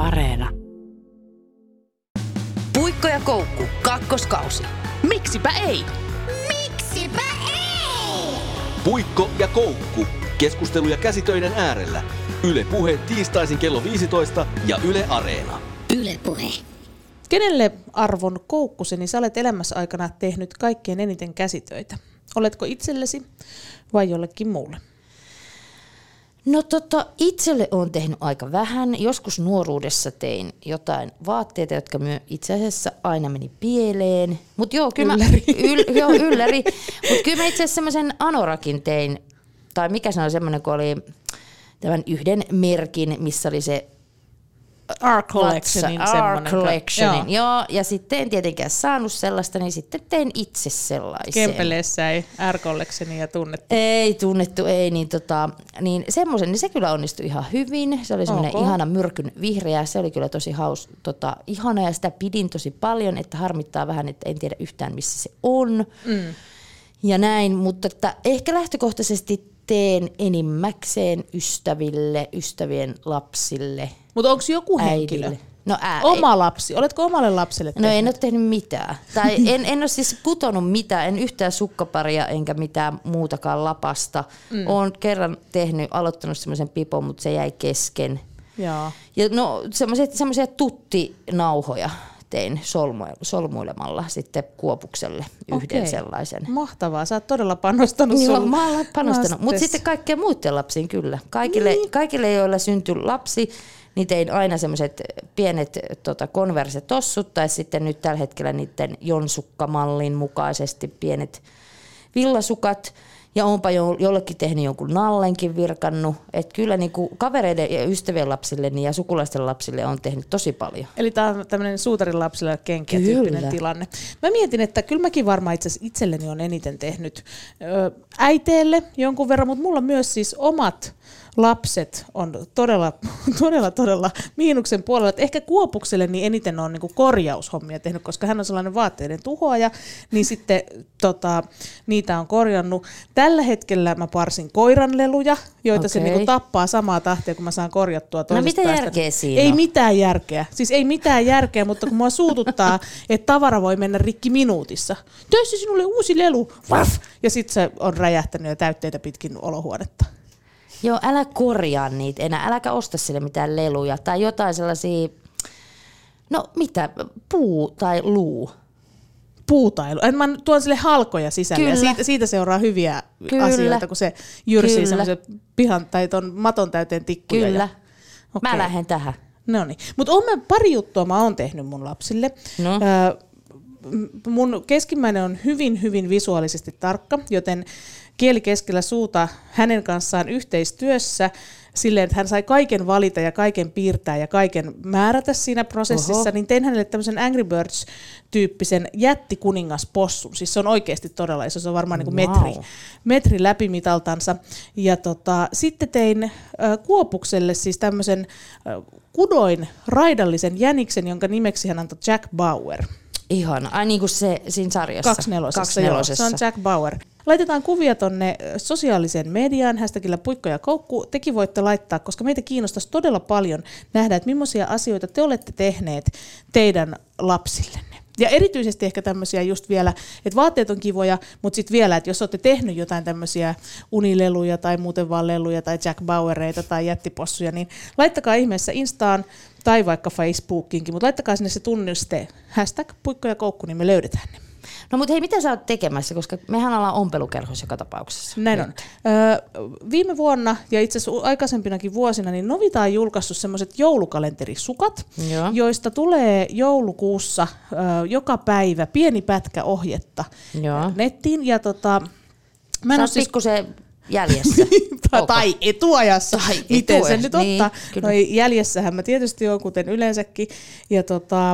Areena. Puikko ja koukku, kakkoskausi. Miksipä ei? Miksipä ei? Puikko ja koukku. Keskusteluja käsitöiden äärellä. Yle Puhe tiistaisin kello 15 ja Yle Areena. Yle Puhe. Kenelle, Arvon Koukkuseni, sä olet elämässä aikana tehnyt kaikkein eniten käsitöitä? Oletko itsellesi vai jollekin muulle? No itselle olen tehnyt aika vähän. Joskus nuoruudessa tein jotain vaatteita, jotka itse asiassa aina meni pieleen. Ylläri. Ylläri. Mutta kyllä mä itse asiassa semmoisen anorakin tein. Tai mikä se on semmoinen, kun oli tämän yhden merkin, missä oli se R-Collectionin. Joo, ja sitten en tietenkään saanut sellaista, niin sitten tein itse sellaisen. Kempeleessä ei R-Collectionia tunnettu. Ei tunnettu, ei, niin semmoisen, niin se kyllä onnistui ihan hyvin. Se oli semmoinen ihana myrkyn vihreä, se oli kyllä tosi ihana ja sitä pidin tosi paljon, että harmittaa vähän, että en tiedä yhtään missä se on. Ja näin, mutta että ehkä lähtökohtaisesti teen enimmäkseen ystäville, ystävien lapsille. Mutta onko joku henkilö? Äidille. No oma lapsi. Oletko omalle lapselle tehnyt? No en ole tehnyt mitään. Tai en ole siis kutonut mitään, en yhtään sukkaparia enkä mitään muutakaan lapasta. Olen kerran aloittanut semmoisen pipon, mutta se jäi kesken. Jaa. Ja no semmoisia tuttinauhoja tein solmuilemalla sitten Kuopukselle yhden sellaisen. Mahtavaa, sä oot todella panostanut. Joo, mä olen panostanut, mutta sitten kaikkeen muiden lapsiin kyllä. Kaikille joilla syntyi lapsi, niin tein aina semmoiset pienet konversetossut, tai sitten nyt tällä hetkellä niiden jonsukkamallin mukaisesti pienet villasukat. Ja onpa jollekin tehnyt jonkun nallenkin virkannut. Että kyllä niinku kavereiden ja ystävien lapsille ja sukulaisten lapsille on tehnyt tosi paljon. Eli tämä on tämmöinen suutarin lapsille kenkiä tyyppinen tilanne. Mä mietin, että kyllä mäkin varmaan itse asiassa itselleni on eniten tehnyt äiteelle jonkun verran, mutta mulla myös siis omat lapset on todella miinuksen puolella. Että ehkä Kuopukselle niin eniten on niinku korjaushommia tehnyt, koska hän on sellainen vaatteiden tuhoaja, niin sitten niitä on korjannut. Tällä hetkellä mä parsin koiranleluja, joita se niinku tappaa samaa tahtia, kun mä saan korjattua toisesta päästä. Mitä järkeä siinä Ei mitään järkeä. Siis ei mitään järkeä, mutta kun mua suututtaa, että tavara voi mennä rikki minuutissa. Töissä sinulle uusi lelu. Vaff! Ja sitten se on räjähtänyt ja täytteitä pitkin olohuonetta. Joo, älä korjaa niitä enää, äläkä osta sille mitään leluja tai jotain sellaisia, no mitä, puu tai luu. Puutailu. Mä tuon sille halkoja sisälle ja siitä seuraa hyviä asioita, kun se jyrsii semmoisen pihan tai ton maton täyteen tikkuja. Kyllä, mä lähden tähän. No niin, mutta pari juttua mä oon tehnyt mun lapsille. No. Mun keskimmäinen on hyvin visuaalisesti tarkka, joten kieli keskellä suuta hänen kanssaan yhteistyössä silleen, että hän sai kaiken valita ja kaiken piirtää ja kaiken määrätä siinä prosessissa, niin tein hänelle tämmöisen Angry Birds-tyyppisen jättikuningaspossun. Siis se on oikeasti todella iso, se on varmaan niin kuin metri läpimitaltansa. Ja sitten tein Kuopukselle siis tämmöisen kudoin raidallisen jäniksen, jonka nimeksi hän antoi Jack Bauer. Ihana. Ai niin kuin se siinä sarjassa. 2/4. Se on Jack Bauer. Laitetaan kuvia tonne sosiaaliseen mediaan, hashtagillä Puikko ja Koukku. Tekin voitte laittaa, koska meitä kiinnostaisi todella paljon nähdä, että millaisia asioita te olette tehneet teidän lapsillenne. Ja erityisesti ehkä tämmöisiä just vielä, että vaatteet on kivoja, mutta sitten vielä, että jos olette tehnyt jotain tämmöisiä unileluja tai muuten vaan leluja tai Jack Bauereita tai jättipossuja, niin laittakaa ihmeessä Instaan tai vaikka Facebookiinkin, mutta laittakaa sinne se tunniste #Puikko ja Koukku, niin me löydetään ne. No mutta hei, mitä sä oot tekemässä, koska mehän ollaan ompelukerhossa joka tapauksessa. Näin on. Viime vuonna ja itse asiassa aikaisempinakin vuosina niin Novita on julkaissut semmoiset joulukalenterisukat, joista tulee joulukuussa joka päivä pieni pätkä ohjetta nettiin. Ja mä en ole siis pikkusen jäljessä. Tai etuajassa. Miten sen nyt niin, ottaa? No jäljessähän mä tietysti olen, kuten yleensäkin. Ja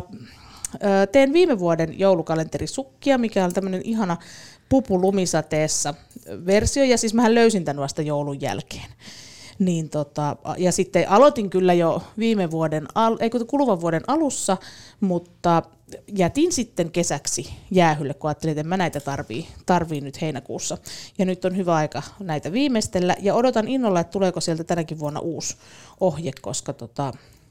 teen viime vuoden joulukalenterisukkia, mikä on tämmöinen ihana pupulumisateessa versio, ja siis mähän löysin tämän vasta joulun jälkeen. Niin ja sitten aloitin kyllä jo kuluvan vuoden alussa, mutta jätin sitten kesäksi jäähylle, kun ajattelin, että en mä näitä tarvii nyt heinäkuussa. Ja nyt on hyvä aika näitä viimeistellä, ja odotan innolla, että tuleeko sieltä tänäkin vuonna uusi ohje, koska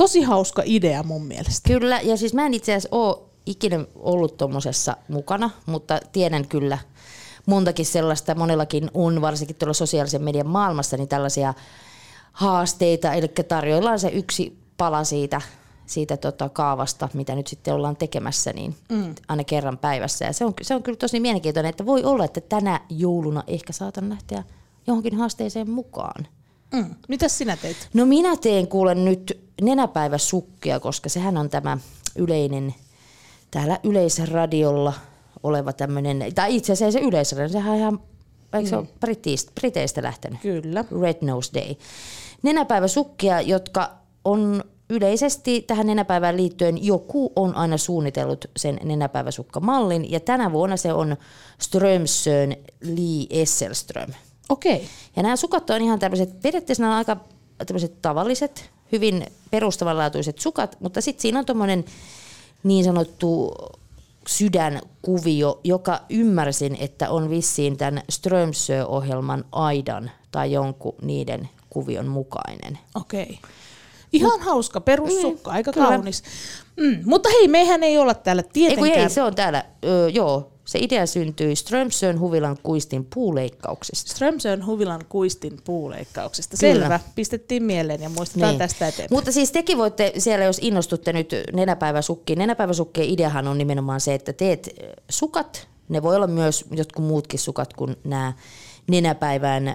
tosi hauska idea mun mielestä. Kyllä, ja siis mä en itse asiassa ole ikinä ollut tuommoisessa mukana, mutta tiedän kyllä montakin sellaista, monellakin on, varsinkin tuolla sosiaalisen median maailmassa, niin tällaisia haasteita, eli tarjoillaan se yksi pala siitä kaavasta, mitä nyt sitten ollaan tekemässä, niin aina kerran päivässä. Ja se on kyllä tosi mielenkiintoinen, että voi olla, että tänä jouluna ehkä saatan lähteä johonkin haasteeseen mukaan. Mitäs sinä teit? No minä teen kuulen nyt nenäpäiväsukkia, koska sehän on tämä yleinen, täällä Yleisradiolla oleva tämmöinen, tai itse asiassa se Yleisradio, sehän on ihan, eikö se ole Briteistä lähtenyt? Kyllä. Red Nose Day. Nenäpäiväsukkia, jotka on yleisesti tähän nenäpäivään liittyen, joku on aina suunnitellut sen nenäpäiväsukkamallin, ja tänä vuonna se on Strömsön Lee Esselström. Okei. Ja nämä sukat on ihan tämmöiset, periaatteessa nämä on aika tämmöiset tavalliset, hyvin perustavanlaatuiset sukat, mutta sitten siinä on tommoinen niin sanottu sydänkuvio, joka ymmärsin, että on vissiin tämän Strömsö-ohjelman aidan tai jonkun niiden kuvion mukainen. Okei. Ihan hauska perussukka, aika kaunis. Mutta hei, mehän ei olla täällä tietenkään. Ei, se on täällä, se idea syntyi Strömsön huvilan kuistin puuleikkauksesta. Strömsön huvilan kuistin puuleikkauksesta. Selvä, pistettiin mieleen ja muistetaan tästä eteenpäin. Mutta siis tekin voitte siellä, jos innostutte nyt nenäpäiväsukkiin. Nenäpäiväsukkien ideahan on nimenomaan se, että teet sukat. Ne voi olla myös jotkut muutkin sukat kuin nämä nenäpäivään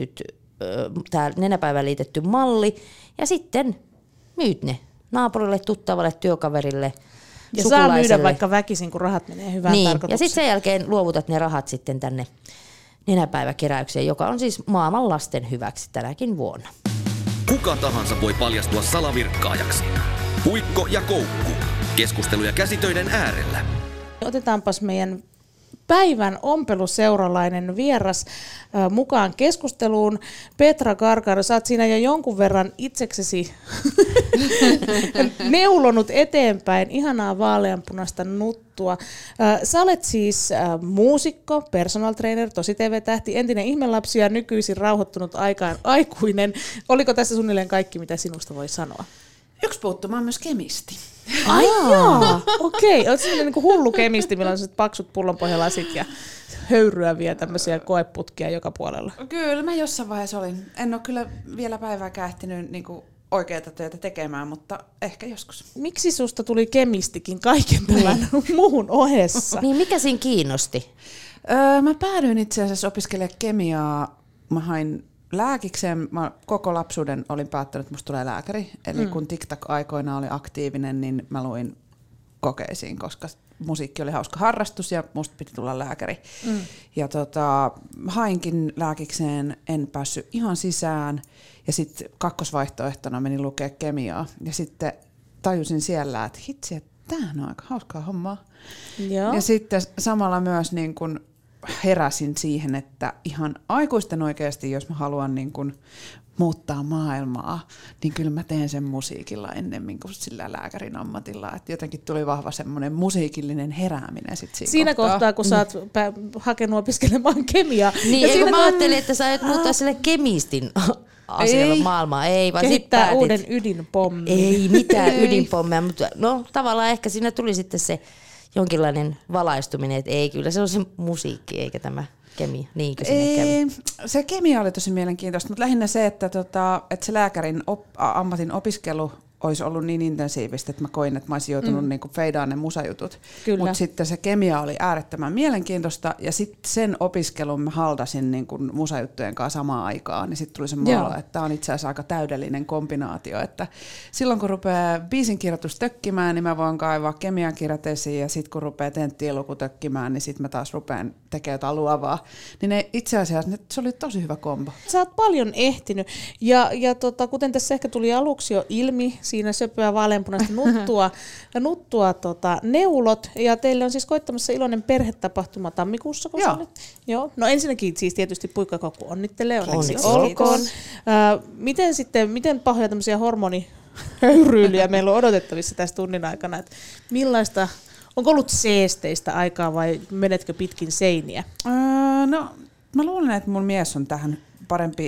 liitetty malli. Ja sitten myyt ne naapurille, tuttavalle, työkaverille, ja saa myydä vaikka väkisin, kun rahat menee hyvään tarkoitukseen. Ja sitten sen jälkeen luovutat ne rahat sitten tänne nenäpäiväkeräykseen, joka on siis maailman lasten hyväksi tänäkin vuonna. Kuka tahansa voi paljastua salavirkkaajaksi. Puikko ja koukku. Keskusteluja käsitöiden äärellä. Otetaanpas meidän päivän ompeluseuralainen vieras mukaan keskusteluun. Petra Gargaro, sä oot siinä jo jonkun verran itseksesi neulonut eteenpäin ihanaa vaaleanpunaista nuttua. Sä olet siis muusikko, personal trainer, tosi TV-tähti, entinen ihmelapsi ja nykyisin rauhoittunut aikuinen. Oliko tässä suunnilleen kaikki, mitä sinusta voi sanoa? Yksi puuttuu, mä oon myös kemisti. Ai jaa, okei. Oletko sellainen niin hullu kemisti, millä on paksut pullonpohjalasit ja höyryäviä tämmöisiä koeputkia joka puolella? Kyllä, mä jossain vaiheessa olin. En ole kyllä vielä päivääkään ehtinyt niin oikeata työtä tekemään, mutta ehkä joskus. Miksi susta tuli kemistikin kaiken tämän muun ohessa? Niin, mikä siinä kiinnosti? Mä päädyin itse asiassa opiskelemaan kemiaa. Mä hain lääkikseen. Mä koko lapsuuden olin päättänyt, että musta tulee lääkäri. Eli kun TikTok-aikoina oli aktiivinen, niin mä luin kokeisiin, koska musiikki oli hauska harrastus ja musta piti tulla lääkäri. Ja hainkin lääkikseen, en päässyt ihan sisään. Ja sitten kakkosvaihtoehtona menin lukea kemiaa. Ja sitten tajusin siellä, että hitsi, että tämähän on aika hauskaa hommaa. Joo. Ja sitten samalla myös niin kun heräsin siihen, että ihan aikuisten oikeasti, jos mä haluan niin kun muuttaa maailmaa, niin kyllä mä teen sen musiikilla ennemmin kuin sillä lääkärin ammatilla. Et jotenkin tuli vahva semmoinen musiikillinen herääminen sit siinä kohtaa, kun sä oot hakenut opiskelemaan kemiaa. Niin, eikö mä ajattelin, että sä aiot muuttaa sille kemistin asialla maailmaa. Ei, vaan kehittää uuden ydinpommin. Ei mitään ydinpommia, mutta no tavallaan ehkä siinä tuli sitten se jonkinlainen valaistuminen, että ei, kyllä se on se musiikki eikä tämä kemia. Niinkö sinne kävi? Se kemia oli tosi mielenkiintoista, mutta lähinnä se, että se lääkärin ammatin opiskelu olisi ollut niin intensiivistä, että mä koin, että mä olisin joutunut niinku feidaan ne musajutut. Mutta sitten se kemia oli äärettömän mielenkiintoista, ja sitten sen opiskelun mä haldasin niinku musajuttujen kanssa samaan aikaan, niin sitten tuli se olo, että tämä on itse asiassa aika täydellinen kombinaatio, että silloin kun rupeaa biisinkirjoitus tökkimään, niin mä voin kaivaa kemian kirjat esiin, ja sitten kun rupeaa tenttien luku tökkimään, niin sitten mä taas rupean tekemään jotain luovaa. Niin ne, itse asiassa se oli tosi hyvä kombo. Sä oot paljon ehtinyt, ja kuten tässä ehkä tuli aluksi jo ilmi, siinä söpöä vaaleanpunaista nuttua neulot, ja teille on siis koittamassa iloinen perhetapahtuma tammikuussa. Joo. No ensinnäkin siis tietysti Puikkakoukku onnittelee, onneksi olkoon. Miten pahoja tämmöisiä hormonihöyryilyjä meillä on odotettavissa tässä tunnin aikana, että millaista, onko ollut seesteistä aikaa vai menetkö pitkin seiniä? No mä luulen, että mun mies on tähän parempi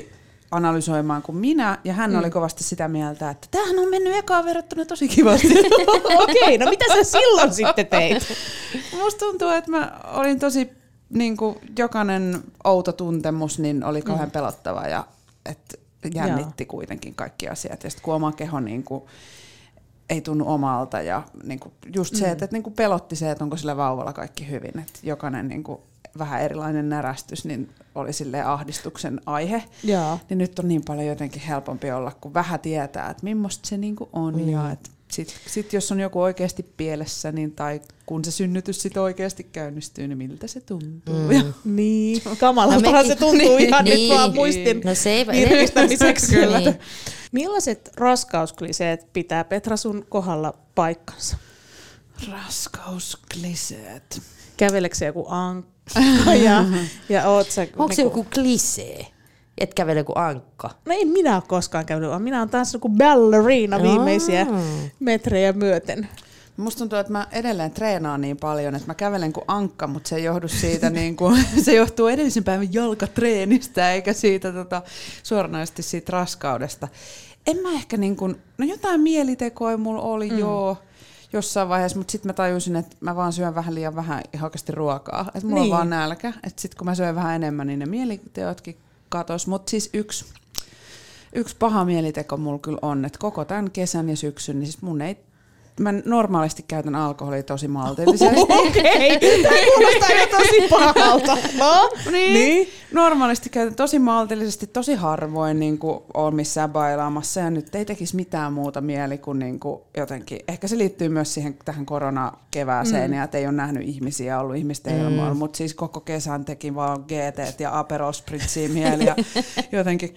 analysoimaan kuin minä, ja hän oli kovasti sitä mieltä, että tämähän on mennyt ekaan verrattuna tosi kivasti. Okei, no mitä sä silloin sitten teit? Musta tuntuu, että mä olin tosi, niin kuin jokainen outo tuntemus, niin oli kauhean pelottava, ja että jännitti kuitenkin kaikki asiat. Ja sitten kun oma keho niin kuin ei tunnu omalta, ja niin kuin just se, että niin kuin pelotti se, että onko sillä vauvalla kaikki hyvin, että jokainen niin kuin vähän erilainen närästys, niin oli silleen ahdistuksen aihe. Jaa. Niin nyt on niin paljon jotenkin helpompi olla, kun vähän tietää, että millaista se niinku on. Ja sit jos on joku oikeasti pielessä, niin, tai kun se synnytys sit oikeasti käynnistyy, niin miltä se tuntuu. Niin, kamalaltahan se tuntuu ihan nyt vaan muistin virkistämiseksi. Kyllä. Millaiset raskauskliseet pitää Petra sun kohdalla paikkansa? Raskauskliseet. Käveleekö se joku ankka ja oot sä... Onko se joku klisee? Et kävele joku ankka? No en minä ole koskaan käynyt, vaan minä olen taas joku ballerina viimeisiä metrejä myöten. Musta tuntuu, että mä edelleen treenaan niin paljon, että mä kävelen kuin ankka, mutta se ei johdu siitä, niin kuin, se johtuu edellisen päivän jalkatreenistä, eikä siitä suoranaisesti siitä raskaudesta. En mä ehkä niin kuin, no jotain mielitekoja mulla oli jossain vaiheessa, mutta sitten mä tajusin, että mä vaan syön vähän liian vähän oikeasti ruokaa. Että mulla on vaan nälkä. Että sitten kun mä syön vähän enemmän, niin ne mieliteotkin katos. Mutta siis yksi paha mieliteko mulla kyllä on, että koko tämän kesän ja syksyn, niin siis mä normaalisti käytän alkoholia tosi maltillisesti. Okei, tämä kuulostaa jo tosi pahalta. No, niin. Normaalisti käytän tosi maltillisesti, tosi harvoin niin kuin olen missään bailaamassa, ja nyt ei tekisi mitään muuta mieli kuin, jotenkin. Ehkä se liittyy myös tähän koronakevääseen, ja että ei ole nähnyt ihmisiä, ollut ihmisten ilmoilla, mutta siis koko kesän teki vaan GT ja Aperol Spritzia mieli, ja jotenkin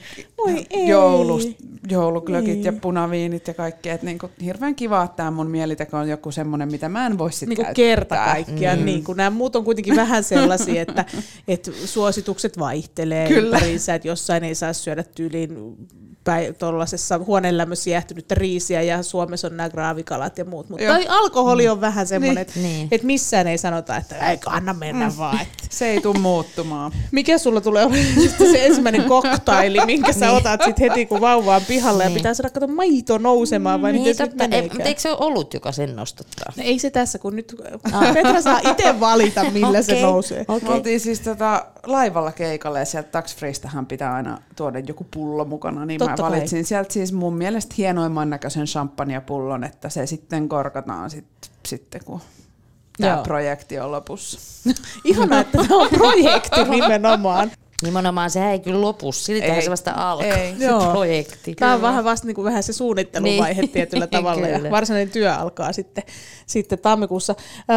jouluglögit ja punaviinit ja kaikki. Että niin kuin hirveän kiva, että tämä mun mieliteko on joku semmoinen, mitä mä en voi sitten käyttää. Kerta kaikkiaan. Niin, kun nämä muut on kuitenkin vähän sellaisia, että suositukset vaihtelee ympäriinsä, että jossain ei saa syödä tyyliin tuollaisessa huoneenlämmössä jäähtynyttä riisiä ja Suomessa on nämä graavikalat ja muut. Mutta alkoholi on vähän semmoinen, että missään ei sanota, että ei anna mennä vaan. Että. Se ei tule muuttumaan. Mikä sulla tulee olemaan se ensimmäinen koktaili, minkä sä otat sit heti kun vauva on pihalla ja pitää saada katsoa maito nousemaan vai miten se meneekään? Eikö se ole ollut, joka sen nostottaa? No, ei se tässä, kun nyt Petra saa itse valita, millä se nousee. Me oltiin siis laivalla keikalle ja sieltä tax-freestähän pitää aina tuoda joku pullo mukana, niin mä valitsin sieltä siis mun mielestä hienoimman näköisen champagnepullon, että se sitten korkataan sitten kun tämä projekti on lopussa. Ihanaa, että tämä on projekti nimenomaan. Nimenomaan sehän ei kyllä lopu, siltähän se vasta alkaa se projekti. Tämä on vähän vasta niin vähän se suunnitteluvaihe tietyllä tavalla ja varsinainen työ alkaa sitten tammikuussa.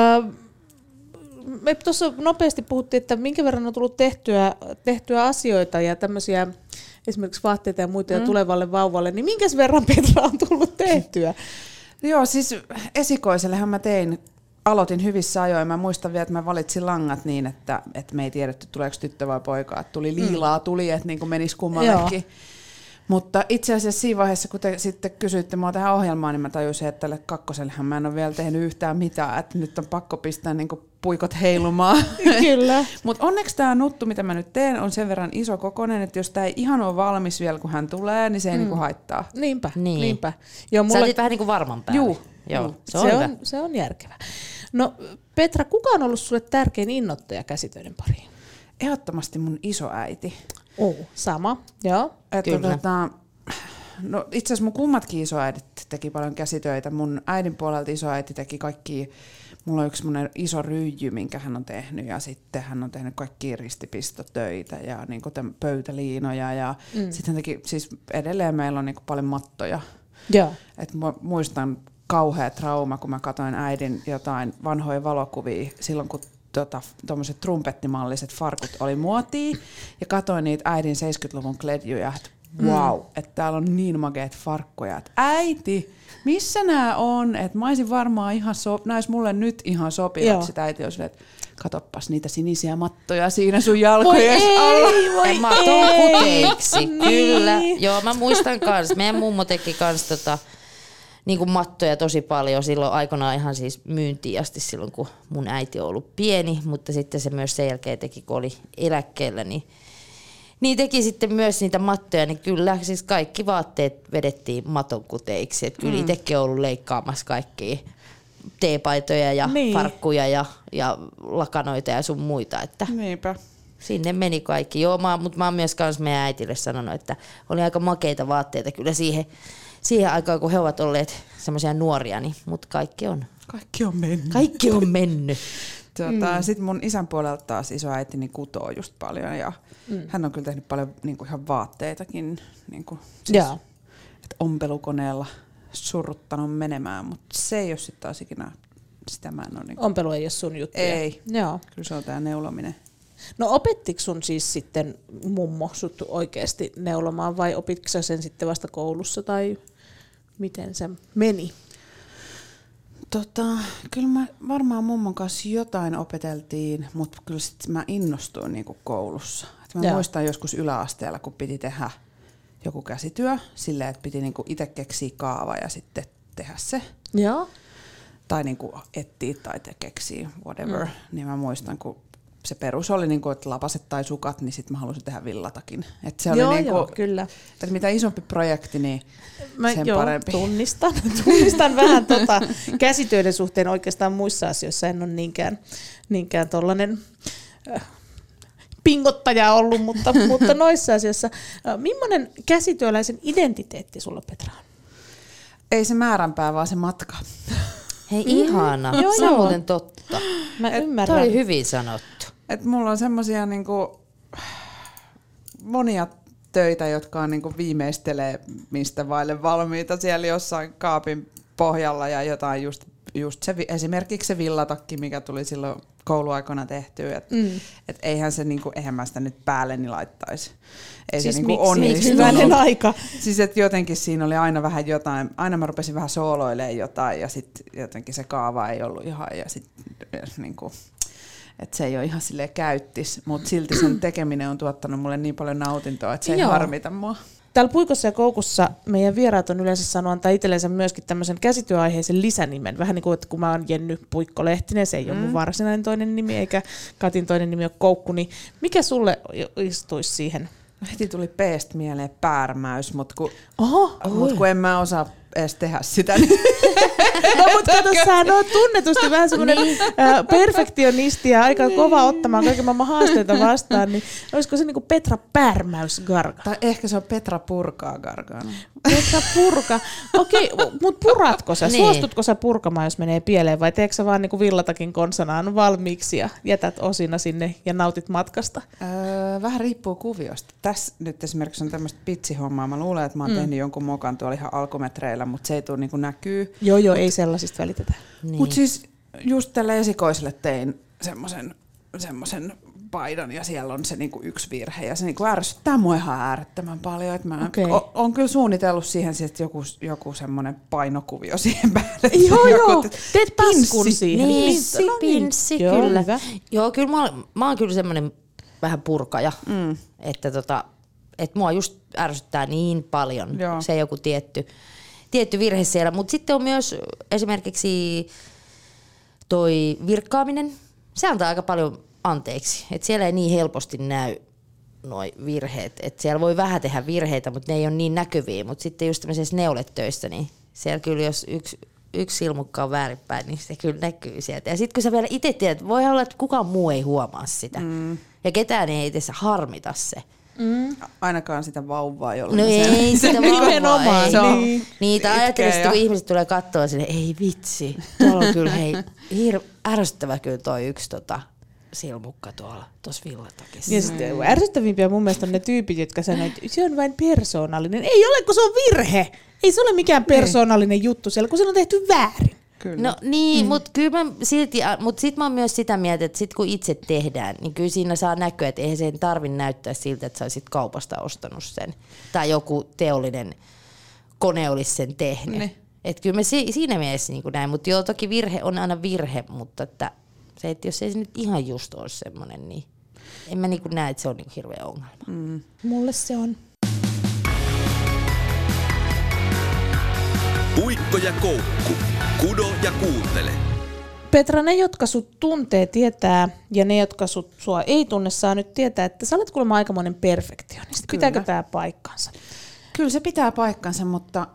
Me tuossa nopeasti puhuttiin, että minkä verran on tullut tehtyä asioita ja tämmöisiä esimerkiksi vaatteita ja muita jo tulevalle vauvalle, niin minkäs verran Petra on tullut tehtyä? Joo, siis esikoisellehan mä aloitin hyvissä ajoin. Mä muistan vielä, että mä valitsin langat niin, että me ei tiedetty, tuleeko tyttö vai poika. Tuli liilaa, että niin kuin menisi kummallekin. Mutta itse asiassa siinä vaiheessa, kun te sitten kysyitte mua tähän ohjelmaan, niin mä tajusin, että tälle kakkosellehan mä en ole vielä tehnyt yhtään mitään. Että nyt on pakko pistää niin kuin puikot heilumaan. Kyllä. Mutta onneksi tämä nuttu, mitä mä nyt teen, on sen verran iso kokoinen, että jos tämä ei ihan ole valmis vielä, kun hän tulee, niin se ei niinku haittaa. Niinpä. Joo, sä olit vähän niin kuin varman päälle. Joo. Se on järkevä. No Petra, kuka on ollut sulle tärkein innoittaja käsitöiden pariin? Ehdottomasti mun isoäiti. Sama, joo. Kyllä. No itse asiassa mun kummatkin isoäidit teki paljon käsitöitä. Mun äidin puolelta isoäiti teki kaikki. Mulla on yksi semmoinen iso ryijy, minkä hän on tehnyt, ja sitten hän on tehnyt kaikkia ristipistotöitä ja niin pöytäliinoja. Ja sitten hän teki, siis edelleen meillä on niin paljon mattoja. Et muistan kauhea trauma, kun mä katsoin äidin jotain vanhoja valokuvia silloin, kun tuommoiset trumpettimalliset farkut oli muotia, ja katsoin niitä äidin 70-luvun kledjuja, että wow, että täällä on niin makeat farkkuja, että äiti, missä nämä on? Että mä olisin varmaan ihan näis mulle nyt ihan sopivat. Sitten äiti on silleen, että katoppas niitä sinisiä mattoja siinä sun jalkojen alla. Ja maton kuteiksi, kyllä. Joo, mä muistan kans, meidän mummo teki kans niin kuin mattoja tosi paljon silloin aikanaan ihan siis myyntiin asti silloin, kun mun äiti on ollut pieni, mutta sitten se myös sen jälkeen teki, kun oli eläkkeellä, niin Niin teki sitten myös niitä mattoja, niin kyllä siis kaikki vaatteet vedettiin matonkuteiksi. Että kyllä itsekin on ollut leikkaamassa kaikkia teepaitoja ja farkkuja ja lakanoita ja sun muita. Että Niinpä. sinne meni kaikki. Joo, mutta mä oon myös kans meidän äitille sanonut, että oli aika makeita vaatteita kyllä siihen aikaan, kun he ovat olleet semmoisia nuoria, niin, mutta kaikki on mennyt. Kaikki on mennyt. Sitten mun isän puolelta taas isoäitini kutoo just paljon ja hän on kyllä tehnyt paljon niinku ihan vaatteitakin, niinku, siis, että ompelukoneella surruttanut menemään, mutta se ei ole sitten taas ikinä, sitä mä en ole. Niinku. Ompelu ei ole sun juttu. Ei, Joo. Kyllä se on tää neulominen. No opettiko sun siis sitten mummo sut oikeasti neulomaan vai opitko sä sen sitten vasta koulussa tai miten se meni? Kyllä mä varmaan mummon kanssa jotain opeteltiin, mutta kyllä sit mä innostuin niinku koulussa. Mä muistan joskus yläasteella, kun piti tehdä joku käsityö silleen, että piti niinku itse keksiä kaava ja sitten tehdä se. Joo. Tai niinku etsiä tai keksiä whatever. Niin mä muistan, kun se perus oli niinku, että lapaset tai sukat, niin sitten mä halusin tehdä villatakin. Et se oli niinku, kyllä. Että mitä isompi projekti, niin sen parempi. Tunnistan vähän käsitöiden suhteen oikeastaan muissa asioissa. En ole niinkään tollainen pingottaja ollut, mutta noissa asioissa. Millainen käsityöläisen identiteetti sulla, Petra, on? Ei se määränpää, vaan se matka. Hei, ihana. Se on muuten totta. Mä ymmärrän. Toi oli hyvin sanottu. Et mulla on semmosia niinku monia töitä, jotka on niinku viimeistelee mistä vaille valmiita siellä jossain kaapin pohjalla ja jotain just se, esimerkiksi se villatakki, mikä tuli silloin kouluaikana tehtyä. Et eihän se niinku, eihän mä sitä nyt päälleni laittaisi. Ei siis se niinku onnistunut. Aika. Siis et jotenkin siinä oli aina vähän jotain, aina mä rupesin vähän sooloilemaan jotain ja sitten jotenkin se kaava ei ollut ihan ja sitten niinku, että se ei ole ihan silleen käyttis, mutta silti sen tekeminen on tuottanut mulle niin paljon nautintoa, että se ei harmita mua. Täällä Puikossa ja Koukussa meidän vieraat on yleensä saanut antaa itsellensä myöskin tämmöisen käsityöaiheisen lisänimen. Vähän niin kuin, että kun mä oon Jenny Puikko-Lehtinen, se ei ole mun varsinainen toinen nimi, eikä Katin toinen nimi ole Koukku, niin mikä sulle istuisi siihen? Heti tuli P:stä mieleen päärmäys, mutta kun en mä osaa edes tehdä sitä. Niin. No mutta kato, sähän oot tunnetusti vähän semmoinen perfektionisti ja aika kova ottamaan kaiken maailman haasteita vastaan, niin olisiko se niinku Petra Pärmäys Garga? Tai ehkä se on Petra Purkaa Gargana. Petra Purka. Okei, mutta puratko sä? Niin. Suostutko sä purkamaan, jos menee pieleen vai teekö sä vaan niinku villatakin konsanaan valmiiksi ja jätät osina sinne ja nautit matkasta? Vähän riippuu kuviosta. Tässä nyt esimerkiksi on tämmöistä pitsihommaa. Mä luulen, että mä oon tehnyt jonkun mokan tuolla ihan alkumetreillä, mutta se ei tule niinku näkyy. Joo, ei sellaisista välitetä. Niin. Mutta siis just tälle esikoiselle tein semmoisen paidan ja siellä on se niinku yksi virhe ja se niinku ärsyttää mua ihan äärettömän paljon. Että mä on kyllä suunnitellut siihen että joku semmoinen painokuvio siihen päälle. Joo, teet taskun siihen. Pinssi, kyllä. Hyvä. Joo, kyllä mä oon kyllä semmoinen vähän purkaja, että että mua just ärsyttää niin paljon se joku tietty virhe siellä, mutta sitten on myös esimerkiksi toi virkkaaminen, se antaa aika paljon anteeksi, että siellä ei niin helposti näy noi virheet, että siellä voi vähän tehdä virheitä, mutta ne ei ole niin näkyviä, mutta sitten just tämmöisessä neuletöissä, niin siellä kyllä jos yksi silmukka on väärinpäin, niin se kyllä näkyy sieltä. Ja sitten kun sä vielä itse tiedät, voi olla, että kukaan muu ei huomaa sitä ja ketään ei itse harmita se. Ainakaan sitä vauvaa, jolla ei sitä vauvaa, ei. Niitä ajattelisi, kun ihmiset tulee katsoa sinne, ei vitsi, tuolla on kyllä ärsyttävä kyllä toi yksi silmukka tuossa villatakissa. Ja sitten ärsyttävimpiä mun mielestä on ne tyypit, jotka sanoo, että se on vain persoonallinen. Ei ole, kun se on virhe. Ei se ole mikään persoonallinen juttu siellä, kun se on tehty väärin. Kyllä. No niin, mutta kyllä mä silti, mutta sit mä oon myös sitä mieltä, että sit kun itse tehdään, niin kyllä siinä saa näkyä, että eihän sen tarvitse näyttää siltä, että sä olisit kaupasta ostanut sen. Tai joku teollinen kone olisi sen tehnyt. Ne. Että kyllä me siinä mielessä niin kuin näin, mutta joo, toki virhe on aina virhe, mutta että se, että jos ei se nyt ihan just ole semmoinen, niin en mä niin kuin näe, että se on niin hirveä ongelma. Mulle se on. Puikko ja Koukku. Kudo ja kuuntele. Petra, ne, jotka sut tuntee, tietää, ja ne, jotka sua ei tunne, saa nyt tietää, että sä olet kuulemma aikamoinen perfektionisti. Pitääkö tää paikkansa? Kyllä se pitää paikkansa, mutta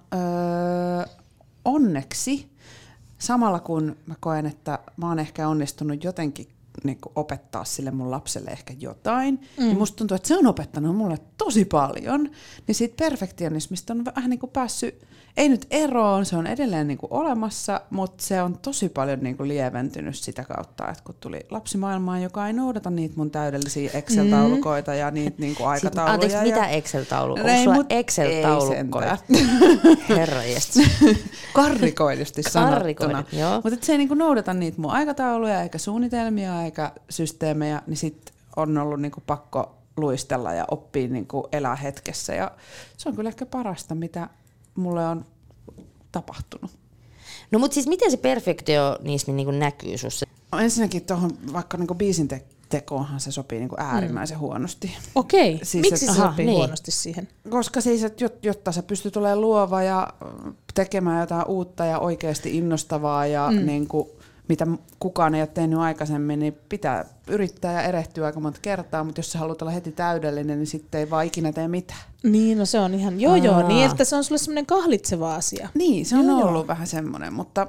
onneksi samalla kun mä koen, että mä oon ehkä onnistunut jotenkin niin kuin opettaa sille mun lapselle ehkä jotain, niin musta tuntuu, että se on opettanut mulle tosi paljon, niin siitä perfektionismista on vähän niin kuin päässyt, ei nyt eroon, se on edelleen niin kuin olemassa, mutta se on tosi paljon niin kuin lieventynyt sitä kautta, että kun tuli lapsimaailmaan, joka ei noudata niitä mun täydellisiä Excel-taulukoita ja niitä niin kuin aikatauluja. Anteeksi, mitä Excel-taulukoita? Onko sulla Excel-taulukoita? Herranjestas. Karrikoidusti sanottuna. Joo. Mutta se ei niin kuin noudata niitä mun aikatauluja, eikä suunnitelmia, eikä systeemejä, niin sit on ollut niin kuin pakko luistella ja oppia niin kuin elää hetkessä. Ja se on kyllä ehkä parasta, mitä mulle on tapahtunut. No mutta siis miten se perfektionismi niin kuin näkyy sussa? No, ensinnäkin tuohon vaikka niin kuin biisin tekoonhan se sopii niin kuin äärimmäisen huonosti. Okei, Siis miksi se sopii huonosti siihen? Koska siis, että jotta sä pystyt olemaan luova ja tekemään jotain uutta ja oikeasti innostavaa ja niin kuin, mitä kukaan ei ole tehnyt aikaisemmin, niin pitää yrittää ja erehtyä aika monta kertaa, mutta jos sä haluat olla heti täydellinen, niin sitten ei vaan ikinä tee mitään. Niin, no se on ihan, niin että se on sulle semmoinen kahlitseva asia. Niin, se on ollut vähän semmoinen, mutta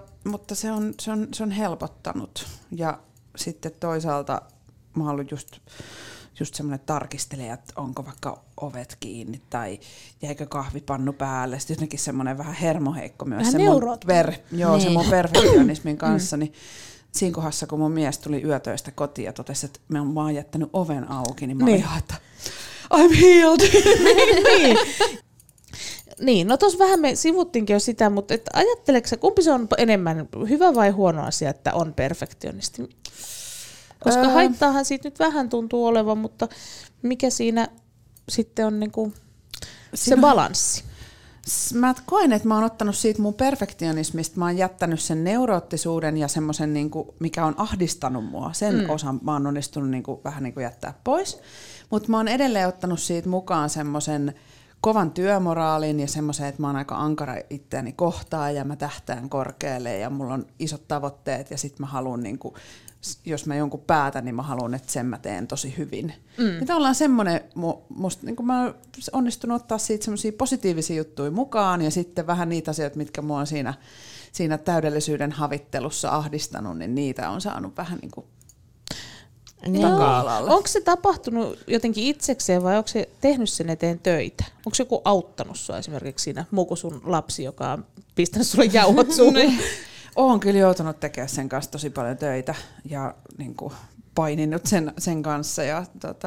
se on helpottanut. Ja sitten toisaalta mä oon ollut just semmoinen tarkistelija, että onko vaikka ovet kiinni tai jäikö kahvipannu päälle. Sitten jotenkin semmoinen vähän hermoheikko myös. Vähän se mun perfektionismin kanssa. Niin siinä kohdassa, kun mun mies tuli yötöistä kotiin ja totesi, että mä oon jättänyt oven auki, niin mä olin ihan, että I'm healed. niin. Niin, no tuossa vähän me sivuttiinkin jo sitä, mutta ajatteleksä, kumpi se on enemmän hyvä vai huono asia, että on perfektionisti? Koska haittaahan siitä nyt vähän tuntuu olevan, mutta mikä siinä sitten on niinku se balanssi? Mä koen, että mä oon ottanut siitä mun perfektionismista, mä oon jättänyt sen neuroottisuuden ja semmoisen, niinku, mikä on ahdistanut mua, sen osan mä oon onnistunut niinku, vähän niinku jättää pois. Mutta mä oon edelleen ottanut siitä mukaan semmoisen kovan työmoraalin ja semmoisen, että mä oon aika ankara itseäni kohtaan ja mä tähtään korkealle ja mulla on isot tavoitteet ja sit mä haluan niinku, jos mä jonkun päätän, niin mä haluan, että sen mä teen tosi hyvin. Ja tavallaan semmoinen, musta niin mä oon onnistunut ottaa siitä semmoisia positiivisia juttuja mukaan, ja sitten vähän niitä asioita, mitkä mua on siinä täydellisyyden havittelussa ahdistanut, niin niitä on saanut vähän niin kuin taka-alalle. Onko se tapahtunut jotenkin itsekseen, vai onko se tehnyt sen eteen töitä? Onko joku auttanut sua esimerkiksi siinä, muu kuin sun lapsi, joka on pistänyt sulle jauhot suuhun? Olen kyllä joutunut tekemään sen kanssa tosi paljon töitä ja niin kuin paininut sen kanssa ja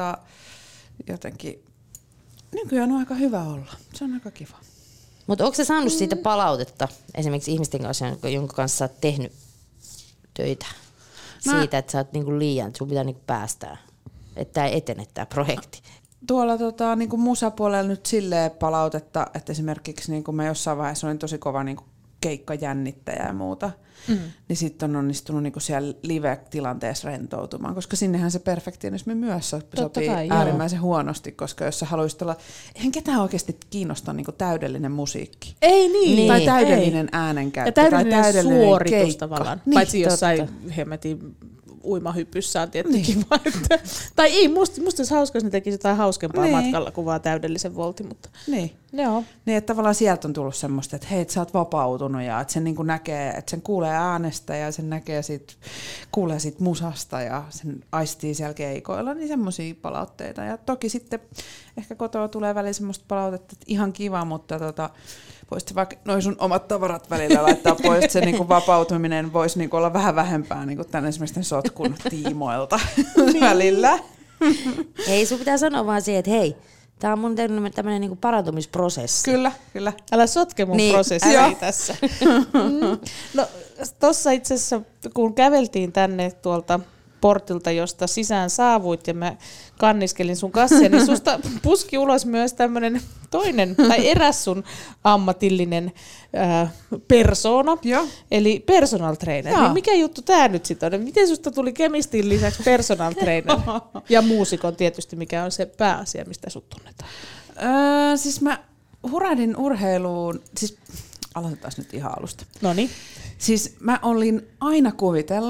jotenkin nykyään on aika hyvä olla. Se on aika kiva. Mutta onko se saanut siitä palautetta esimerkiksi ihmisten kanssa, jonka kanssa sä oot tehnyt töitä? Siitä, että sä oot niinku liian, että sun pitää niinku päästää, että tää ei etene tää projekti. Tuolla niinku musapuolella nyt silleen palautetta, että esimerkiksi niinku mä jossain vaiheessa olin tosi kova niinku keikkajännittäjä ja muuta, niin sitten on onnistunut niinku siellä live-tilanteessa rentoutumaan, koska sinnehän se perfektionismi myös sopii äärimmäisen huonosti, koska jos sä haluaisit olla, eihän ketään oikeasti kiinnosta niinku täydellinen musiikki. Ei niin. Tai täydellinen äänenkäyttö. Ja täydellinen suoritus keikka. Tavallaan, niin, paitsi jossain hemmetin uimahypyssä on tietty kiva. Tai ei, musta olisi hauska, jos ne tekisi jotain hauskempaa matkalla kuin vaan täydellisen voltin. Mutta. Niin. Joo. Niin, että tavallaan sieltä on tullut semmoista, että hei, että sä oot vapautunut ja että sen niin kuin näkee, että sen kuulee äänestä ja sen näkee kuulee siitä musasta ja sen aistii siellä keikoilla, niin semmoisia palautteita. Ja toki sitten ehkä kotoa tulee välillä semmoista palautetta, että ihan kiva, mutta voisit vaikka noin sun omat tavarat välillä laittaa pois, että se niin kuin vapautuminen voisi niin kuin olla vähän vähempää niin kuin tämän esimerkiksi sotkun tiimoilta välillä. Ei, sun pitää sanoa vaan siihen, että hei, tää on mun tämmönen niinku parantumisprosessi. Kyllä. Älä sotke mun prosessia tässä. No tossa itse asiassa, kun käveltiin tänne tuolta portilta, josta sisään saavuit ja mä kanniskelin sun kassia, niin susta puski ulos myös tämmönen toinen tai eräs sun ammatillinen persona, eli personal trainer. Niin mikä juttu tää nyt sit on? Miten susta tuli kemistin lisäksi personal trainer? Ja muusikon tietysti, mikä on se pääasia, mistä sut tunnetaan. Siis mä hurahdin urheiluun, siis aloitetaan nyt ihan alusta. Noniin. Siis mä olin aina kuvitellut,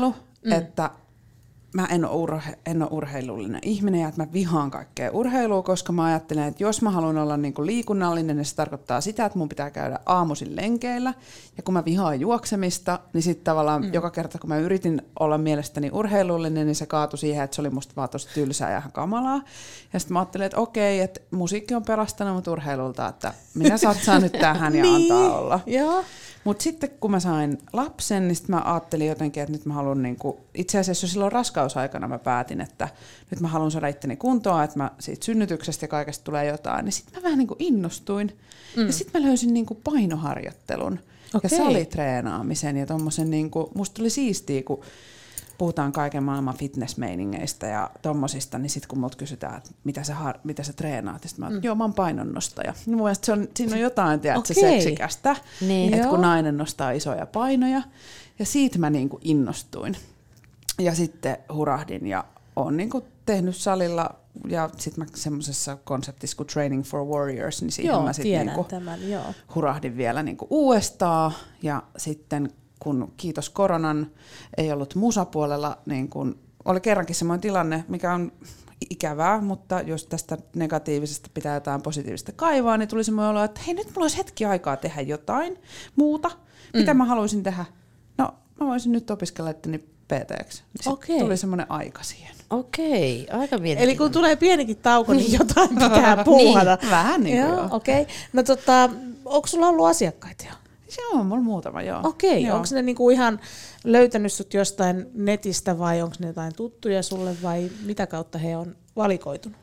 että mä en ole urheilullinen ihminen ja että mä vihaan kaikkea urheilua, koska mä ajattelen, että jos mä haluan olla niinku liikunnallinen, niin se tarkoittaa sitä, että mun pitää käydä aamuisin lenkeillä. Ja kun mä vihaan juoksemista, niin sitten tavallaan joka kerta, kun mä yritin olla mielestäni urheilullinen, niin se kaatui siihen, että se oli musta vaan tosi tylsää ja ihan kamalaa. Ja sitten mä ajattelin, että okei, että musiikki on pelastanut mut urheilulta, että minä satsaan nyt tähän ja antaa olla. Joo. Mutta sitten kun mä sain lapsen, niin sitten mä ajattelin jotenkin, että nyt mä haluan, itse asiassa jo silloin raskausaikana mä päätin, että nyt mä haluan saada itteni kuntoon, että mä siitä synnytyksestä ja kaikesta tulee jotain. Niin sitten mä vähän innostuin ja sitten mä löysin painoharjoittelun ja salitreenaamisen ja tommosen, musta tuli siistiä, kun puhutaan kaiken maailman fitnessmeiningeistä ja tommosista, niin sitten kun multa kysytään, että mitä sä treenaat, niin sitten mä oon painonnostaja. Mun mielestä siinä on jotain, tiedätkö, seksikästä, että kun nainen nostaa isoja painoja, ja siitä mä innostuin. Ja sitten hurahdin ja oon tehnyt salilla, ja sitten mä semmoisessa konseptissa kuin Training for Warriors, niin siihen mä sitten hurahdin vielä uudestaan, ja sitten kun kiitos koronan ei ollut musapuolella, niin kun oli kerrankin semmoinen tilanne, mikä on ikävää, mutta jos tästä negatiivisesta pitää jotain positiivista kaivaa, niin tuli semmoinen olo, että hei, nyt mulla olisi hetki aikaa tehdä jotain muuta. Mitä mä haluaisin tehdä? No, mä voisin nyt opiskella itteni PT:ksi. Tuli semmoinen aika siihen. Okei, aika mielenkiintoinen. Eli kun tulee pienikin tauko, niin jotain pitää puuhata. Vähän niin kuin joo. Okei. No onko sulla ollut asiakkaita jo? Joo, mulla muutama, joo. Okei, onko ne ihan löytänyt sut jostain netistä vai onko ne jotain tuttuja sulle vai mitä kautta he on valikoitunut?